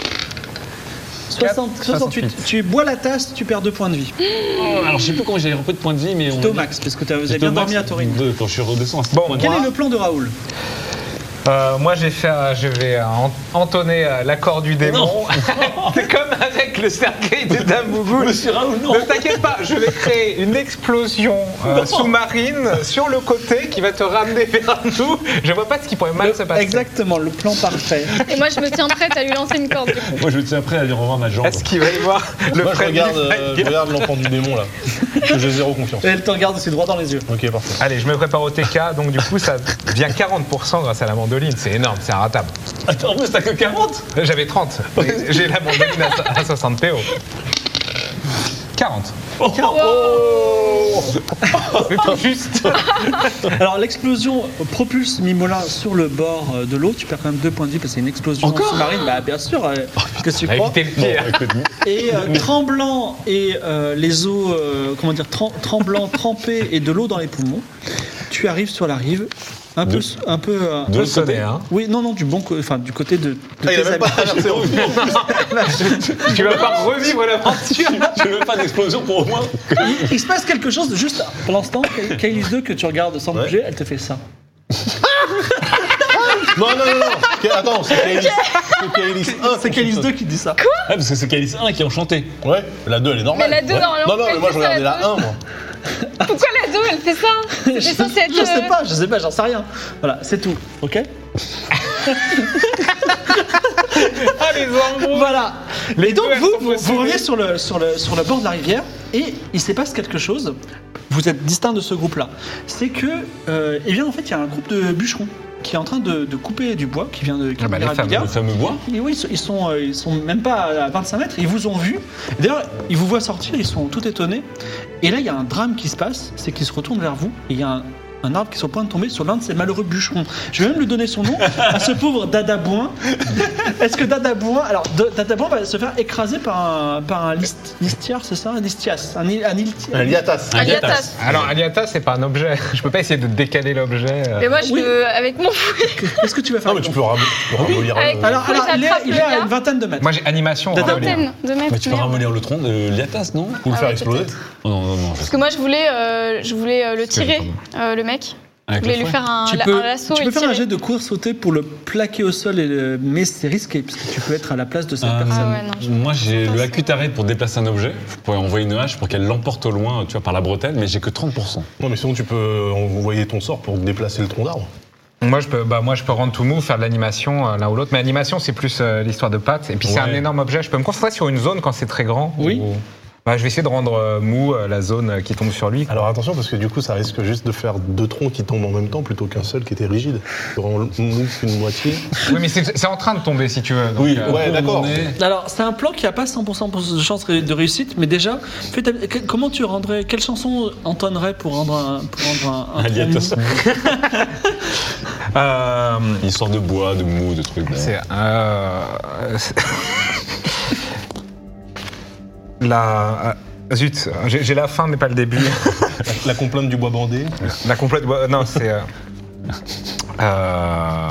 soixante, soixante-huit. Tu bois la tasse, tu perds deux points de vie. Oh, alors je sais plus comment j'ai repris de points de vie, mais on. T'es au max, parce que t'as- vous avez J'étais au bien max dormi à Taurine. de- Quand je suis redescendu à Bon, point de Quel vie. est le plan de Raoul? Euh, moi, j'ai fait, un- je vais euh, en- entonner euh, l'accord du démon. C'est comme avec le cercueil de Dame Bougoul. Monsieur Raoul, non. Ne t'inquiète pas, je vais créer une explosion euh, sous-marine sur le côté qui va te ramener vers nous. Je vois pas ce qui pourrait mal se passer. Exactement, le plan parfait. Et moi je me tiens prête à lui lancer une corde. du coup. Moi je me tiens prêt à dire au revoir ma jambe. Est-ce qu'il va y avoir le Moi, je prévenu regarde, euh, je regarde l'enfant du démon, là. Parce que j'ai zéro confiance. Et elle te regarde aussi droit dans les yeux. Ok, parfait. Allez, je me prépare au T K, donc du coup, ça vient quarante pour cent grâce à la mandoline. C'est énorme, c'est ratable. Attends, en plus t'as que quarante. J'avais trente. J'ai la mandoline à, à soixante P O. quarante. C'est tout juste. Alors l'explosion propulse Mimolin sur le bord euh, de l'eau. Tu perds quand même deux points de vie parce que c'est une explosion sous-marine. Bah bien sûr. euh, Qu'est-ce que tu À crois? éviter le pire. Et euh, tremblant et euh, les eaux, euh, comment dire, trem- tremblant, trempé et de l'eau dans les poumons, tu arrives sur la rive. Un peu, De- un peu, euh, un de peu l'autre côté, hein. Oui, non, non, du bon, co- enfin du côté de, de Ah, il tes a même pas amis. traversé en Tu vas pas revivre l'aventure. Tu veux pas d'explosion pour au moins. il, il se passe quelque chose de juste pour l'instant. Kailis deux que tu regardes sans Ouais. bouger, elle te fait ça. Non, non, non, non. Qu- Attends, c'est Kailis. C'est Kailis un. C'est Kailis deux qui dit ça. Ah, parce que c'est Calice un qui est enchanté. Ouais, la deux, elle est normale. Mais la deux, Ouais. normalement, Non, non, mais moi, je elle fait ça, regardais la la deux. un, moi. Pourquoi la deux elle fait ça? Je, C'était censé être. je sais euh, pas, je sais pas, j'en sais rien. Voilà, c'est tout, ok? Ah, les embrouilles. Voilà. Et donc elles vous, sont vous, possédées. vous revenez sur le, sur, le, sur le bord de la rivière et il se passe quelque chose. Vous êtes distinct de ce groupe-là. C'est que, euh, eh bien, en fait, il y a un groupe de bûcherons qui est en train de, de couper du bois qui vient de qui Ah bah, vient les de Mirabilia. Le fameux bois. Et oui, ils sont, ils sont, euh, ils sont même pas à vingt-cinq mètres. Ils vous ont vu. D'ailleurs, ils vous voient sortir. Ils sont tout étonnés. Et là, il y a un drame qui se passe. C'est qu'ils se retournent vers vous. Et il y a un, un arbre qui est sur le point de tomber sur l'un de ces malheureux bûcherons. Je vais même lui donner son nom à ce pauvre Dada Bouin. Est-ce que Dada Bouin, alors de- Dada Bouin va se faire écraser par un par un list, listiar, c'est ça, un listias, un, il- un, ilti- Un liatas. Un Aliatas. liatas. Alors, Aliata, c'est pas un objet. Je peux pas essayer de décaler l'objet. euh. Mais moi, je Oui. veux, avec mon fouet. Qu'est-ce que tu vas faire Non, mais tu peux ram- tu peux ramollir. Avec- euh, Alors, alors il, est, il est à Attrape-le, une vingtaine de mètres. Moi, j'ai animation. Dada on va Bouin. dire. Vingtaine de mètres. Mais tu peux merde. ramollir le tronc de Liatas, non Ou le Ah faire ouais, exploser. peut-être. Oh, Non, non, non. Parce que moi, je voulais, euh, je voulais euh, le tirer, euh, le mec. Je Avec voulais le lui fouet. faire un, Tu la- peux, un lasso tu et peux faire un tirer. jet de course sauter pour le plaquer au sol, et le- mais c'est risqué parce que tu peux être à la place de cette Ah, personne. Ah ouais, non. je- Moi, j'ai je le pense acutaré pour déplacer un objet. Je pourrais envoyer une hache pour qu'elle l'emporte au loin, tu vois, par la bretelle, mais j'ai que trente pour cent. Non, mais sinon, tu peux envoyer ton sort pour déplacer le tronc d'arbre. Moi, je peux, bah, moi, je peux rendre tout mou, faire de l'animation euh, l'un ou l'autre. Mais animation, c'est plus euh, l'histoire de pattes. Et puis, c'est Ouais. un énorme objet. Je peux me concentrer sur une zone quand c'est très grand. Oui. ou- Bah, je vais essayer de rendre euh, mou euh, la zone euh, qui tombe sur lui. Alors attention, parce que du coup, ça risque juste de faire deux troncs qui tombent en même temps plutôt qu'un seul qui était rigide. Tu rends mou qu'une moitié. Oui, mais c'est c'est en train de tomber, si tu veux. Donc, Oui, euh, ouais, d'accord. Alors, c'est un plan qui n'a pas cent pour cent de chance de réussite, mais déjà, fais ta- que- comment tu rendrais, quelle chanson entonnerait pour rendre un, pour rendre un, un Un tronc Liatas. mou euh, Une histoire de bois, de mou, de trucs. bon. c'est. Euh, c'est- la. euh, Zut, j'ai j'ai la fin, mais pas le début. La complainte du bois bandé. La complète. Non, c'est. euh, euh,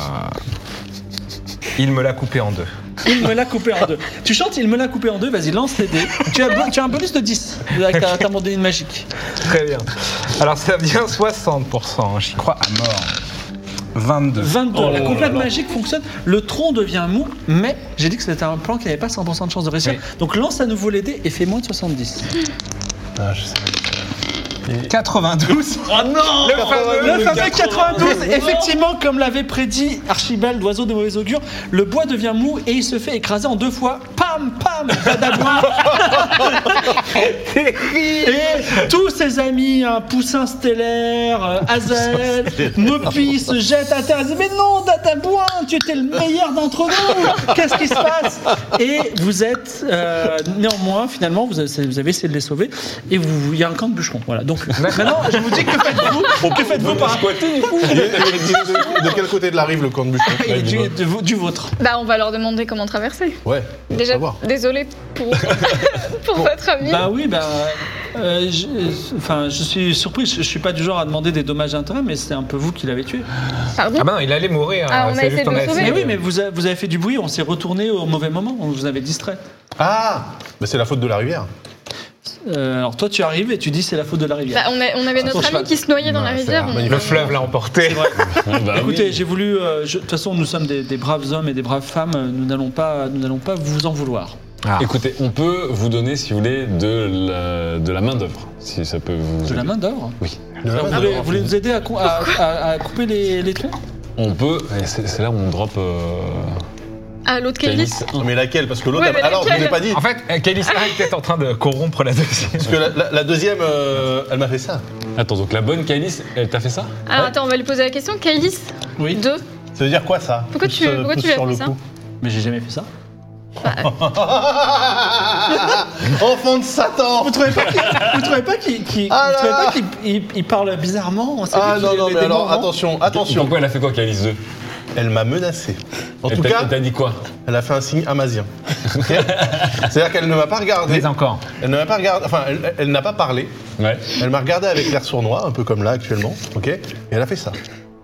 il me l'a coupé en deux. Il me l'a coupé en deux. Tu chantes, il me l'a coupé en deux, vas-y, lance les dés. Tu as, bo- tu as un bonus de dix avec ta, ta mondine magique. Très bien. Alors ça devient soixante pour cent, j'y crois à mort. vingt-deux. vingt-deux. Oh la là complète là. magique fonctionne. Le tronc devient mou, mais j'ai dit que c'était un plan qui n'avait pas cent pour cent de chance de réussir. Oui. Donc lance à nouveau les dés et fais moins de soixante-dix. Ah, je sais. quatre-vingt-douze. Oh non Le fameux, Le fameux quatre-vingt-douze, effectivement, comme l'avait prédit Archibald, l'oiseau de mauvais augure, le bois devient mou et il se fait écraser en deux fois. Pam, pam, Dadabois. Et tous ses amis, un poussin stellaire, euh, Azael, Mopi se jettent à terre. Ils disent, mais non, Dadabois, tu étais le meilleur d'entre nous. Qu'est-ce qui se passe? Et vous êtes, euh, néanmoins, finalement, vous avez, vous avez essayé de les sauver. Et vous- il y a un camp de bûcherons. Voilà. Donc maintenant, je vous dis que faites-vous, que faites-vous par rapport Il est- de, de quel côté de la rive le camp de bûcheron du, du- du vôtre? Bah, on va leur demander comment traverser. Ouais, on va Déjà, savoir. désolé pour, pour votre ami. Bah oui, bah. euh, je, enfin, je suis surpris. Je, je suis pas du genre à demander des dommages d'intérêt, mais c'est un peu vous qui l'avez tué. Pardon. Ah bah non, il allait mourir. Ah, on a c'est essayé juste de on le a sauver. Mais essayé oui, de- mais vous, a- vous avez fait du bruit. On s'est retourné au mauvais moment. On vous avait distrait. Ah, bah c'est la faute de la rivière. Euh, alors toi, tu arrives et tu dis c'est la faute de la rivière. Bah, on, a- on avait notre Ton ami cheval. qui se noyait dans Ouais, la c'est rivière. un on- magnifique- Le fleuve l'a emporté. Ah bah Écoutez, oui. j'ai voulu. euh, je- De toute façon, nous sommes des, des braves hommes et des braves femmes. Nous n'allons pas, nous n'allons pas vous en vouloir. Ah. Écoutez, on peut vous donner, si vous voulez, de la, de la main d'œuvre, si ça peut vous De la aider. main d'or. Oui. De la Vous main voulez, d'or. vous voulez nous aider à, cou- à- à- à couper les, les troncs? On peut, et c'est c'est là où on drop euh, Ah, l'autre Kélis. Calice. Mais laquelle? Parce que l'autre, Ouais, elle- mais alors je laquelle vous ai pas dit. En fait, euh, Kaylis est peut-être en train de corrompre la deuxième. Parce que la, la- la deuxième, euh, elle m'a fait ça. Attends, donc la bonne Calice, elle t'a fait ça? Alors attends, on va lui poser la question. Kélis, Oui. deux. Ça veut dire quoi ça? Pourquoi Pousse, tu- euh, pourquoi pousse tu lui as sur fait le ça coup. Mais j'ai jamais fait ça. Enfant de Satan. Vous trouvez pas qu'il, vous trouvez pas qu'il, qu'il- Ah vous trouvez là pas là. qu'il il, il parle bizarrement? On sait Ah qu'il non, est- non, les mais démons alors vont. attention, attention. Pourquoi elle a fait quoi, Calice deux? Elle m'a menacé. En Elle tout t'a- cas, elle t'a dit quoi? elle a fait un signe amazien. Ok. C'est-à-dire qu'elle ne m'a pas regardé. Mais encore. Elle ne m'a pas regardé. Enfin, elle, elle n'a pas parlé. Ouais. Elle m'a regardé avec l'air sournois, un peu comme là actuellement. Ok. Et elle a fait ça.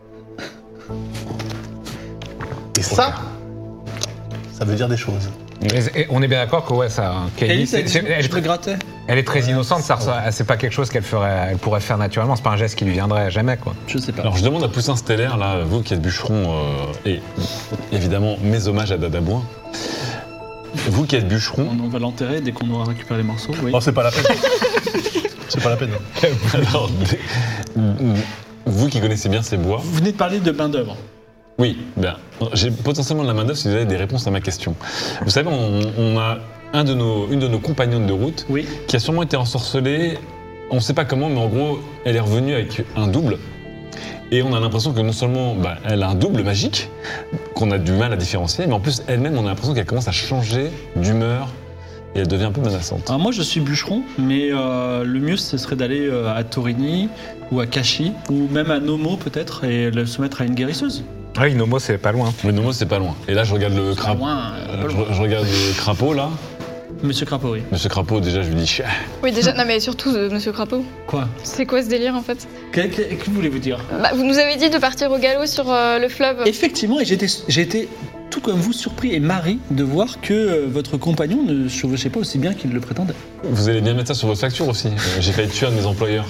Et ça, ça veut dire des choses. Et- et on est bien d'accord que ouais, ça. Kaylis, Kélis, c'est- elle, c'est- elle, je te est- grattais. elle est très innocente, ça ressemble- c'est pas quelque chose qu'elle ferait, elle pourrait faire naturellement. C'est pas un geste qui lui viendrait jamais, quoi. Je sais pas. Alors je demande à Poussin Stellaire, là, vous qui êtes bûcheron, euh, et évidemment mes hommages à Dadaboin, vous qui êtes bûcheron, On, on va l'enterrer dès qu'on aura récupéré les morceaux. Oui. Oh, c'est pas la peine. C'est pas la peine. alors, vous qui connaissez bien ces bois, Vous venez de parler de main d'œuvre. Oui, ben, j'ai potentiellement de la main-d'œuvre si vous avez des réponses à ma question. Vous savez, on, on a un de nos, une de nos compagnonnes de route Oui. qui a sûrement été ensorcelée, on ne sait pas comment, mais en gros, elle est revenue avec un double. Et on a l'impression que non seulement bah, elle a un double magique, qu'on a du mal à différencier, mais en plus, elle-même, on a l'impression qu'elle commence à changer d'humeur et elle devient un peu menaçante. Alors moi je suis bûcheron, mais euh, le mieux ce serait d'aller euh, à Torini ou à Kashi ou même à Nomo peut-être et le soumettre à une guérisseuse. Oui, Nomo, c'est pas loin. Le Nomo, c'est pas loin. Et là, je regarde le crapaud. loin, euh, pas je, loin. je regarde le crapaud, là. Monsieur Crapaud, oui. Monsieur Crapaud, déjà, je lui dis chien. Oui, déjà, non mais surtout, euh, Monsieur Crapaud. Quoi? C'est quoi ce délire en fait? Que, que, que voulez-vous dire? Bah, vous nous avez dit de partir au galop sur euh, le fleuve. Effectivement, et j'étais, j'ai été tout comme vous surpris et marri de voir que euh, votre compagnon ne chevauchait pas aussi bien qu'il le prétendait. Vous allez bien mettre ça sur votre facture aussi. Euh, J'ai failli tuer un de mes employeurs.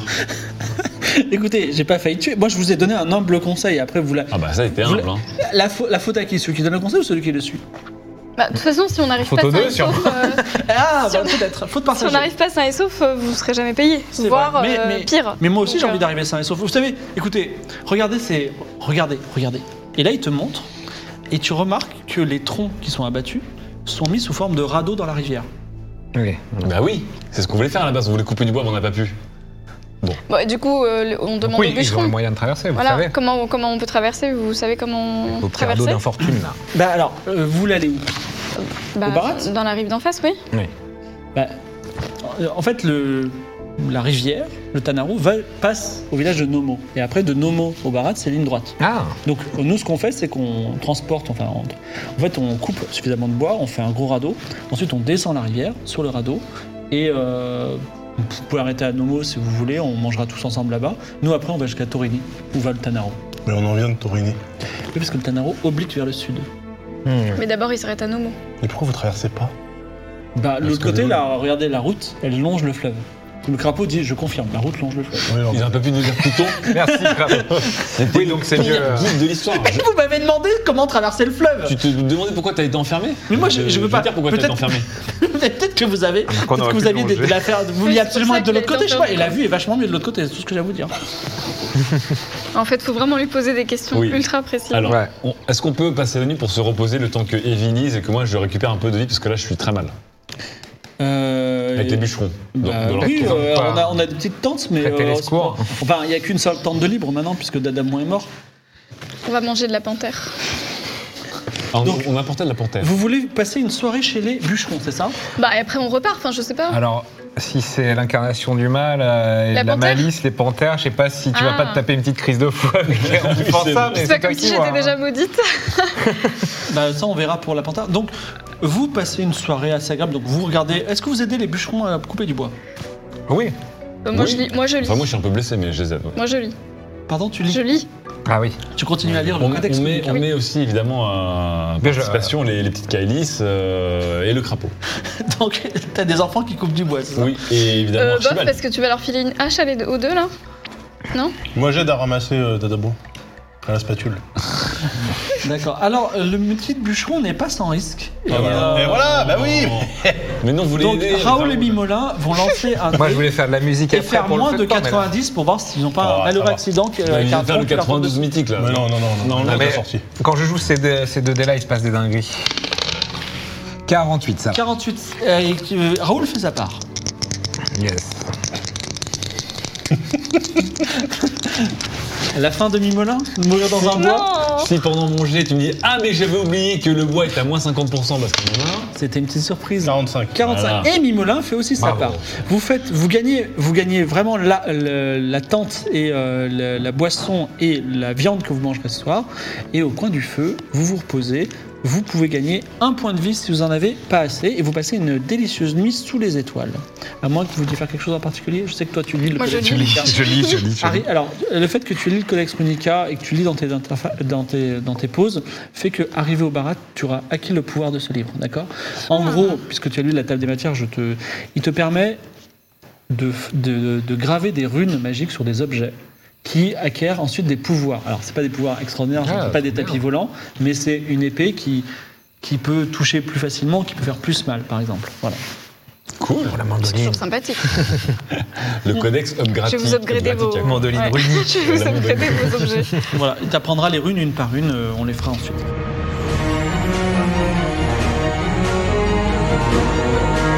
Écoutez, j'ai pas failli tuer. Moi, je vous ai donné un humble conseil. Après, vous la... Ah bah ça a été vous humble, la... hein. La, fa- la faute à qui? Celui qui donne le conseil ou celui qui le suit? Bah, de toute façon, si on n'arrive pas Photo sain deux, et sur- sauf, euh, Ah, Si bah, on- peut-être. Faute si partagée. on n'arrive pas sain et sauf, euh, vous serez jamais payé. C'est Voire vrai. Mais- euh, mais- pire. Mais moi aussi, Donc, j'ai envie euh, d'arriver sain et sauf. Vous savez, écoutez, regardez, c'est... Regardez, regardez. Et là, il te montre, et tu remarques que les troncs qui sont abattus sont mis sous forme de radeaux dans la rivière. Oui. Bah oui, c'est ce qu'on voulait faire à la base. On voulait couper du bois, mais on n'a pas pu. Bon, et du coup, euh, le- on demande oui, au ils ont le bûcheron. moyen de traverser, vous Voilà, savez. comment, comment on peut traverser? Vous savez comment Au petit traverser? radeau d'infortune, là. Bah alors, euh, vous voulez aller où? Bah, Au Barat dans la rive d'en face, oui. Bah, euh, en fait, le, la rivière, le Tanaru, va, passe au village de Nomo. Et après, de Nomo au Barat, c'est ligne droite. Ah, Donc, nous, ce qu'on fait, c'est qu'on transporte, enfin, on- en fait, on coupe suffisamment de bois, on fait un gros radeau. Ensuite, on descend la rivière sur le radeau. Et euh, vous pouvez arrêter à Nomo si vous voulez, on mangera tous ensemble là-bas. Nous, après, on va jusqu'à Torini, où va le Tanaru. Mais on en vient de Torini. Oui, parce que le Tanaru oblique vers le sud. hmm. Mais d'abord, il s'arrête à Nomo. Et pourquoi vous traversez pas? Bah, de l'autre que côté, nous- là, regardez, la route, elle longe le fleuve. Le crapaud dit, je confirme, la route longe le fleuve. Oui, non, Il a un peu pu nous dire Pluton. Merci, bravo. Oui, donc c'est mieux. euh, Guide de l'histoire. Je- Vous m'avez demandé comment traverser le fleuve. Tu te demandais pourquoi t'as été enfermé? Mais moi, je- je veux pas- vais te dire pourquoi t'as été peut-être- enfermé. Peut-être que vous avez, qu'on peut-être aurait que vous pu aviez des, longer. de l'affaire, vous vouliez C'est pour absolument ça être de qu'il a l'autre été côté, je sais pas. Et enfermé. la vue est vachement mieux de l'autre côté, c'est tout ce que j'ai à vous dire. En fait, faut vraiment lui poser des questions Oui. ultra précises. Alors, Ouais. on- est-ce qu'on peut passer la nuit pour se reposer le temps que Evie lise et que moi je récupère un peu de vie parce que là je suis très mal Euh, avec les bûcherons. bah, dans- dans oui, leur- euh, pas- on, a, on a des petites tentes, mais. Prêtez les euh, secours. c'est pas- Enfin, il n'y a qu'une seule tente de libre maintenant, puisque Dadamon est mort. On va manger de la panthère. Ah, on, Donc- on apportait de la panthère. Vous voulez passer une soirée chez les bûcherons, c'est ça? Bah, et après, on repart. Enfin, je sais pas. Alors, si c'est l'incarnation du mal euh, et La de la panthère malice, les panthères, je sais pas si tu vas Ah. pas te taper une petite crise de foi avec en buvant c'est- ça, mais c'est c'est pas toi comme qui si vois. j'étais hein. déjà maudite. Bah, ça, on verra pour la panthère. Donc, vous passez une soirée assez agréable. Donc, vous regardez. Est-ce que vous aidez les bûcherons à couper du bois? Oui. Euh, moi, Oui. je lis. Moi, je lis. Enfin, moi je suis un peu blessé, mais je les aide. ouais. Moi, je lis. Pardon, tu lis? Je lis. Ah oui. Tu continues à lire le On, codex on met, Monica. on met aussi évidemment à Mais je- participation les, les petites Kailis euh, et le crapaud. Donc, t'as des enfants qui coupent du bois, c'est ça? Oui, et évidemment Euh, bof, Archibald. parce que tu vas leur filer une hache à les deux- aux deux, là? Non? Moi, j'aide à ramasser euh, Dadabo à la spatule. D'accord. Alors, euh, le petit bûcheron n'est pas sans risque. Et, Et voilà, euh, Et voilà, bah oui. Mais non, vous voulez Donc, aider Raoul et Mimolin vont lancer un Moi, dé je voulais faire de la musique et après faire pour moins le de feu temps, mais là- quatre-vingt-dix pour voir s'ils n'ont pas Ah, un malheureux ça va. accident qui- Bah, avec il un va faire tronc le qui leur tombe quatre-vingt-douze dessus. mythique là. Mais non, non, non, non, Non, on non, l'a mais- pas sorti. Quand je joue ces deux, ces deux dés-là, il se passe des dingueries. quarante-huit, ça. quarante-huit. euh, et, euh, Raoul fait sa part. Yes. La fin de Mimolin, mourir dans un bois, Non! Si pendant mon jet tu me dis ah mais j'avais oublié que le bois est à moins cinquante pour cent parce qu'on en a un. c'était une petite surprise. quarante-cinq. quarante-cinq. Voilà. Et Mimolin fait aussi sa Bravo. part. Vous faites, vous gagnez, vous gagnez vraiment la, le- la tente et euh, la, la boisson et la viande que vous mangerez ce soir. Et au coin du feu, vous vous reposez. Vous pouvez gagner un point de vie si vous en avez pas assez et vous passez une délicieuse nuit sous les étoiles. À moins que vous vouliez faire quelque chose en particulier. Je sais que toi tu lis le Moi, je Codex lis. Monica. Je lis, je lis. je Harry, lis. alors, le fait que tu lis le Codex Monica et que tu lis dans tes, interfa- dans tes, dans tes pauses fait que, arrivé au Barat, tu auras acquis le pouvoir de ce livre, d'accord? En gros, puisque tu as lu la table des matières, je te, il te permet de, de, de graver des runes magiques sur des objets qui acquièrent ensuite des pouvoirs. Alors, c'est pas des pouvoirs extraordinaires, je ne Ah, dis pas des c'est bien. tapis volants, mais c'est une épée qui, qui peut toucher plus facilement, qui peut faire plus mal, par exemple. Voilà. Cool. Pour la C'est mandoline. toujours sympathique. Le codex upgrade. Je vais vous upgrader vos... Mandoline Ouais. runique. Je vais vous La mandoline. upgrader vos objets. Voilà, il t'apprendra les runes une par une, euh, on les fera ensuite.